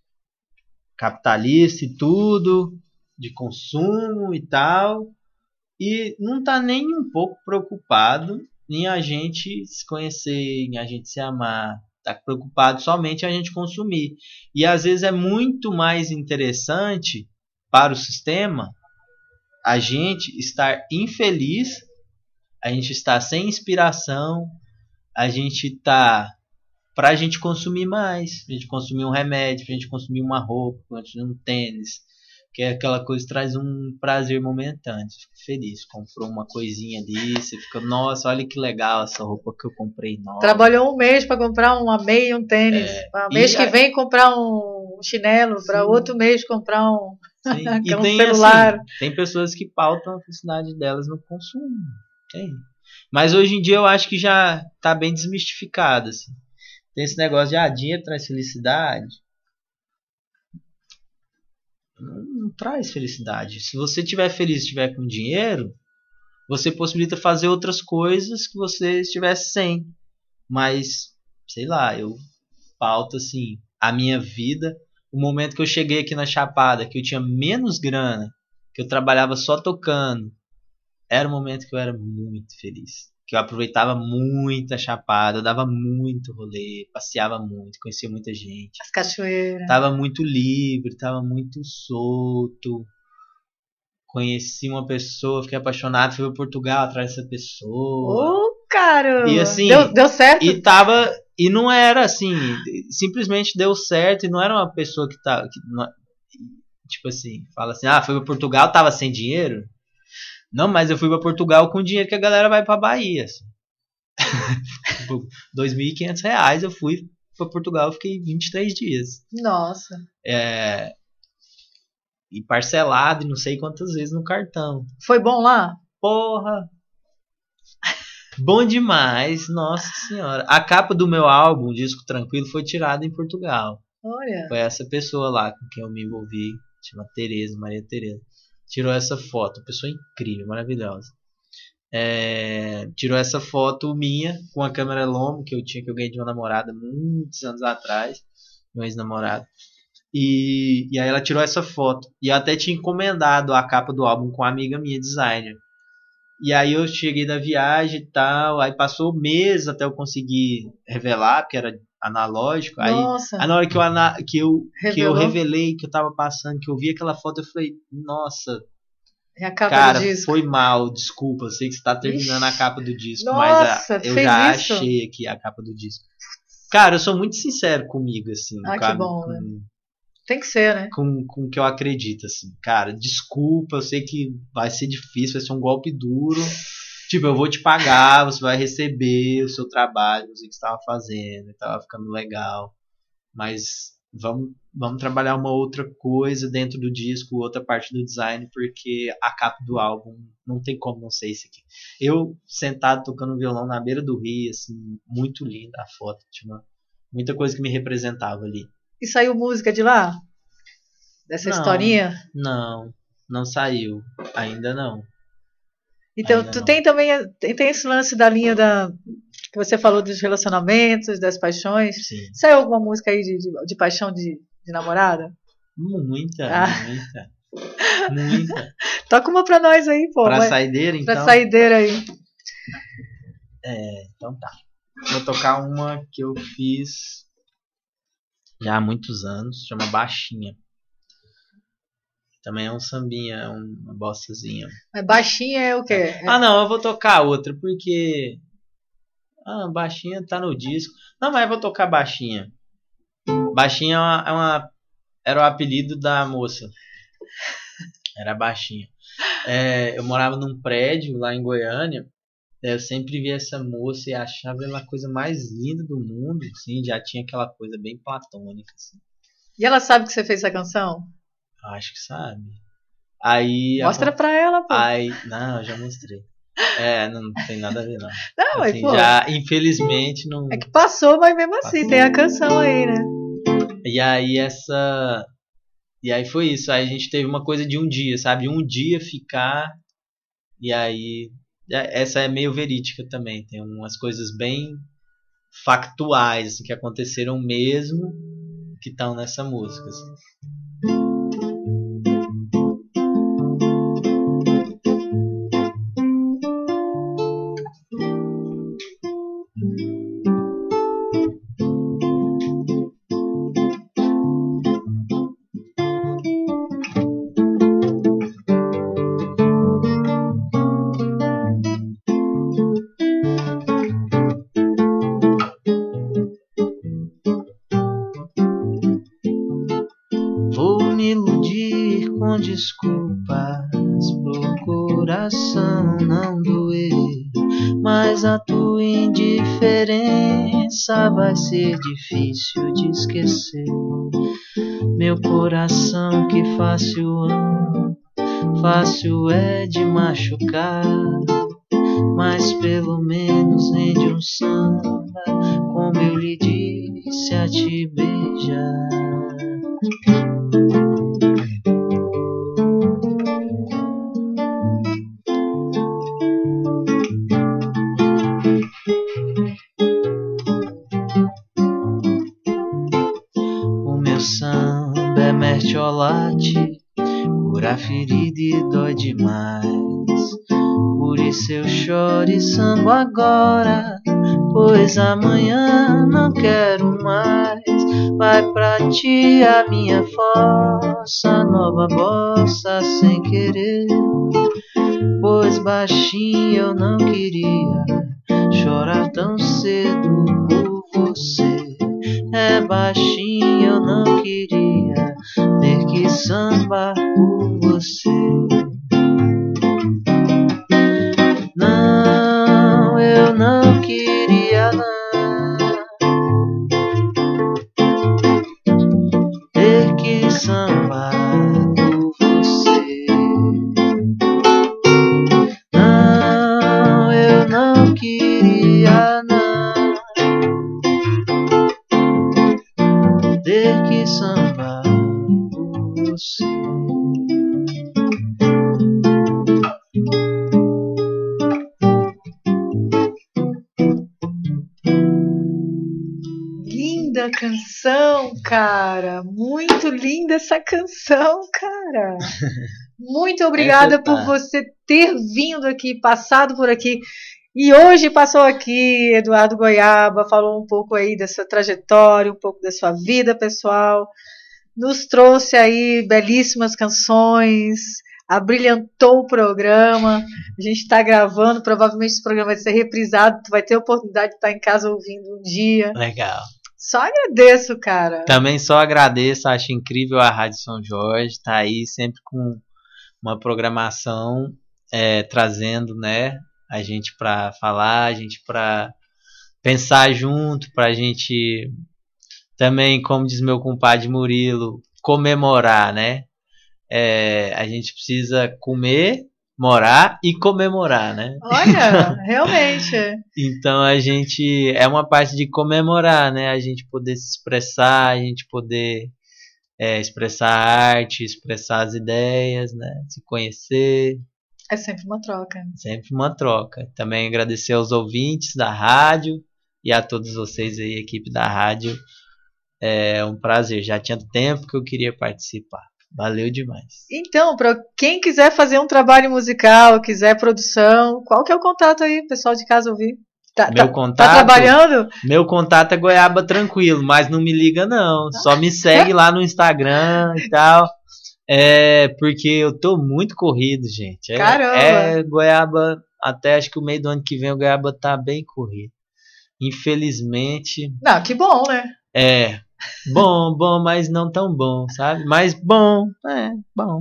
capitalista e tudo, de consumo e tal, e não tá nem um pouco preocupado em a gente se conhecer, em a gente se amar, tá preocupado somente em a gente consumir. E às vezes é muito mais interessante para o sistema a gente estar infeliz, a gente estar sem inspiração, a gente tá para a gente consumir mais, a gente consumir um remédio, a gente consumir uma roupa, um tênis, que é aquela coisa que traz um prazer momentâneo, você fica feliz, comprou uma coisinha ali, você fica, nossa, olha que legal essa roupa que eu comprei nova. Trabalhou um mês para comprar uma meia e um tênis, mês que vem comprar um chinelo, para outro mês comprar um celular. Assim, tem pessoas que pautam a felicidade delas no consumo, tem. Mas hoje em dia eu acho que já está bem desmistificado, assim. Tem esse negócio de dinheiro traz felicidade. Não traz felicidade. Se você estiver feliz, estiver com dinheiro, você possibilita fazer outras coisas que você estivesse sem. Mas, sei lá, eu pauto assim, a minha vida. O momento que eu cheguei aqui na Chapada, que eu tinha menos grana, que eu trabalhava só tocando, era o momento que eu era muito feliz. que eu aproveitava muito a Chapada, eu dava muito rolê, passeava muito, conhecia muita gente. As cachoeiras. Tava muito livre, tava muito solto. Conheci uma pessoa, fiquei apaixonado, fui para Portugal atrás dessa pessoa. Cara! E assim, deu certo? E não era assim, simplesmente deu certo e não era uma pessoa que tá, tipo assim, fala assim, foi para Portugal, tava sem dinheiro? Não, mas eu fui para Portugal com o dinheiro que a galera vai para Bahia. Assim. Tipo, R$ 2.500 eu fui para Portugal, fiquei 23 dias. Nossa. E parcelado e não sei quantas vezes no cartão. Foi bom lá? Porra! Bom demais, nossa senhora. A capa do meu álbum, Disco Tranquilo, foi tirada em Portugal. Olha. Foi essa pessoa lá com quem eu me envolvi, chama Tereza, Maria Tereza. Tirou essa foto, pessoa incrível, maravilhosa. Tirou essa foto minha com a câmera Lomo que eu ganhei de uma namorada muitos anos atrás, meu ex-namorado. E aí ela tirou essa foto. E eu até tinha encomendado a capa do álbum com uma amiga minha, designer. E aí eu cheguei da viagem e tal, aí passou meses até eu conseguir revelar, porque era analógico. Nossa. Aí na hora que eu revelei, que eu tava passando, que eu vi aquela foto, eu falei, nossa, é a capa cara, do disco. foi mal, desculpa, eu sei que você tá terminando a capa do disco, nossa, mas eu já isso? achei aqui a capa do disco. Cara, eu sou muito sincero comigo, assim. Que bom, né? Tem que ser, né? Com o que eu acredito, assim. Cara, desculpa, eu sei que vai ser difícil, vai ser um golpe duro. Tipo, eu vou te pagar, você vai receber o seu trabalho, o que você estava fazendo, estava ficando legal. Mas vamos trabalhar uma outra coisa dentro do disco, outra parte do design, porque a capa do álbum não tem como não ser isso aqui. Eu sentado tocando violão na beira do rio, assim, muito linda a foto. Tinha muita coisa que me representava ali. E saiu música de lá? Dessa historinha? Não saiu. Ainda não. Então, tu tem também tem esse lance da linha que você falou dos relacionamentos, das paixões. Sim. Saiu alguma música aí de paixão de namorada? Muita. Toca uma pra nós aí, pô. Pra saideira, então? Pra saideira aí. Então tá. Vou tocar uma que eu fiz já há muitos anos, chama Baixinha. Também é um sambinha, é uma bossazinha. Mas Baixinha é o quê? Não, eu vou tocar outra, porque... Baixinha tá no disco. Não, mas eu vou tocar Baixinha. Baixinha era o apelido da moça. Era Baixinha. Eu morava num prédio lá em Goiânia. Eu sempre via essa moça e achava ela a coisa mais linda do mundo, assim, já tinha aquela coisa bem platônica, assim. E ela sabe que você fez essa canção? Acho que sabe. Aí mostra pra ela, pô. Não, eu já mostrei. Não tem nada a ver, não. Não, assim, pô. Já, infelizmente, não... É que passou, mas mesmo assim, tem a canção aí, né? E aí foi isso. Aí a gente teve uma coisa de um dia, sabe? Um dia ficar... E aí... Essa é meio verídica também. Tem umas coisas bem factuais, assim, que aconteceram mesmo, que estão nessa música, assim. Desculpas pro coração não doer, mas a tua indiferença vai ser difícil de esquecer. Meu coração que fácil é de machucar, mas pelo menos rende um samba, como eu lhe disse a te beijar. cura a ferida e dói demais. Por isso eu choro e sambo agora, pois amanhã não quero mais. Vai pra ti a minha força, nova bossa sem querer, pois baixinho eu não queria chorar tão cedo por você. É baixinho eu não queria ter que sambar por você. Não, eu não queria não ter que sambar por você. Não, eu não queria não ter que sambar por você. Linda canção, cara. Muito linda essa canção, cara. Muito obrigada por você ter vindo aqui, passado por aqui. E hoje passou aqui, Eduardo Goiaba, falou um pouco aí da sua trajetória, um pouco da sua vida pessoal. Nos trouxe aí belíssimas canções, abrilhantou o programa. A gente está gravando, provavelmente esse programa vai ser reprisado, tu vai ter a oportunidade de estar em casa ouvindo um dia. Legal. Só agradeço, cara. Também só agradeço, acho incrível a Rádio São Jorge, tá aí sempre com uma programação trazendo, né, a gente para falar, a gente para pensar junto, para a gente também, como diz meu compadre Murilo, comemorar, né? A gente precisa comer, morar e comemorar, né? Olha, realmente. Então a gente é uma parte de comemorar, né? A gente poder se expressar, a gente poder expressar a arte, expressar as ideias, né? Se conhecer. É sempre uma troca. Sempre uma troca. Também agradecer aos ouvintes da rádio e a todos vocês aí, equipe da rádio. É um prazer. Já tinha tempo que eu queria participar. Valeu demais. Então, para quem quiser fazer um trabalho musical, quiser produção, qual que é o contato aí, pessoal de casa ouvir? Tá trabalhando? Meu contato é Goiaba Tranquilo, mas não me liga não. Só me segue lá no Instagram e tal. Porque eu tô muito corrido, gente. Caramba! Goiaba, até acho que o meio do ano que vem o Goiaba tá bem corrido. Infelizmente. Não, que bom, né? Bom, mas não tão bom, sabe? Mas bom, bom.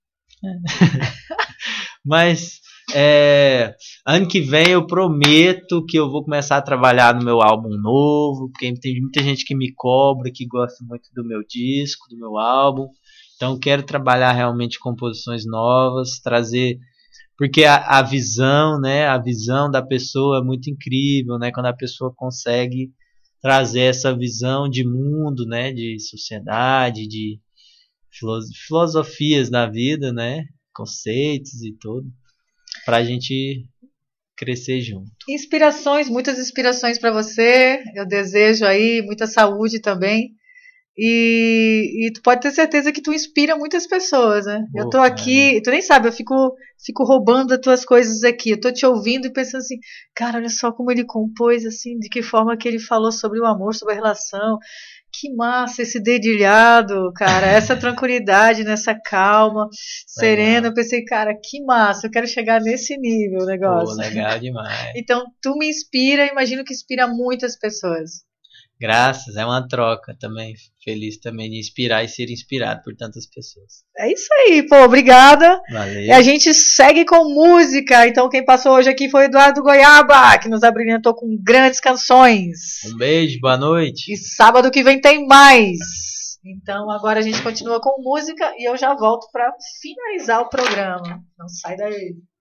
Mas ano que vem eu prometo que eu vou começar a trabalhar no meu álbum novo, porque tem muita gente que me cobra, que gosta muito do meu disco, do meu álbum. Então quero trabalhar realmente composições novas, trazer, porque a visão, né, a visão da pessoa é muito incrível, né, quando a pessoa consegue trazer essa visão de mundo, né, de sociedade, de filosofias da vida, né, conceitos e tudo, para a gente crescer junto. Muitas inspirações para você. Eu desejo aí muita saúde também. E tu pode ter certeza que tu inspira muitas pessoas, né? Eu tô aqui, tu nem sabe, eu fico roubando as tuas coisas aqui. Eu tô te ouvindo e pensando assim, cara, olha só como ele compôs, assim, de que forma que ele falou sobre o amor, sobre a relação. Que massa esse dedilhado, cara, essa tranquilidade, nessa calma, serena. Eu pensei, cara, que massa, eu quero chegar nesse nível, o negócio. Legal demais. Então, tu me inspira, imagino que inspira muitas pessoas. Graças, é uma troca também. Feliz também de inspirar e ser inspirado por tantas pessoas. É isso aí, pô, obrigada. Valeu. E a gente segue com música. Então quem passou hoje aqui foi o Eduardo Goiaba, que nos abrilhantou com grandes canções. Um beijo, boa noite. E sábado que vem tem mais. Então agora a gente continua com música e eu já volto para finalizar o programa. Não sai daí.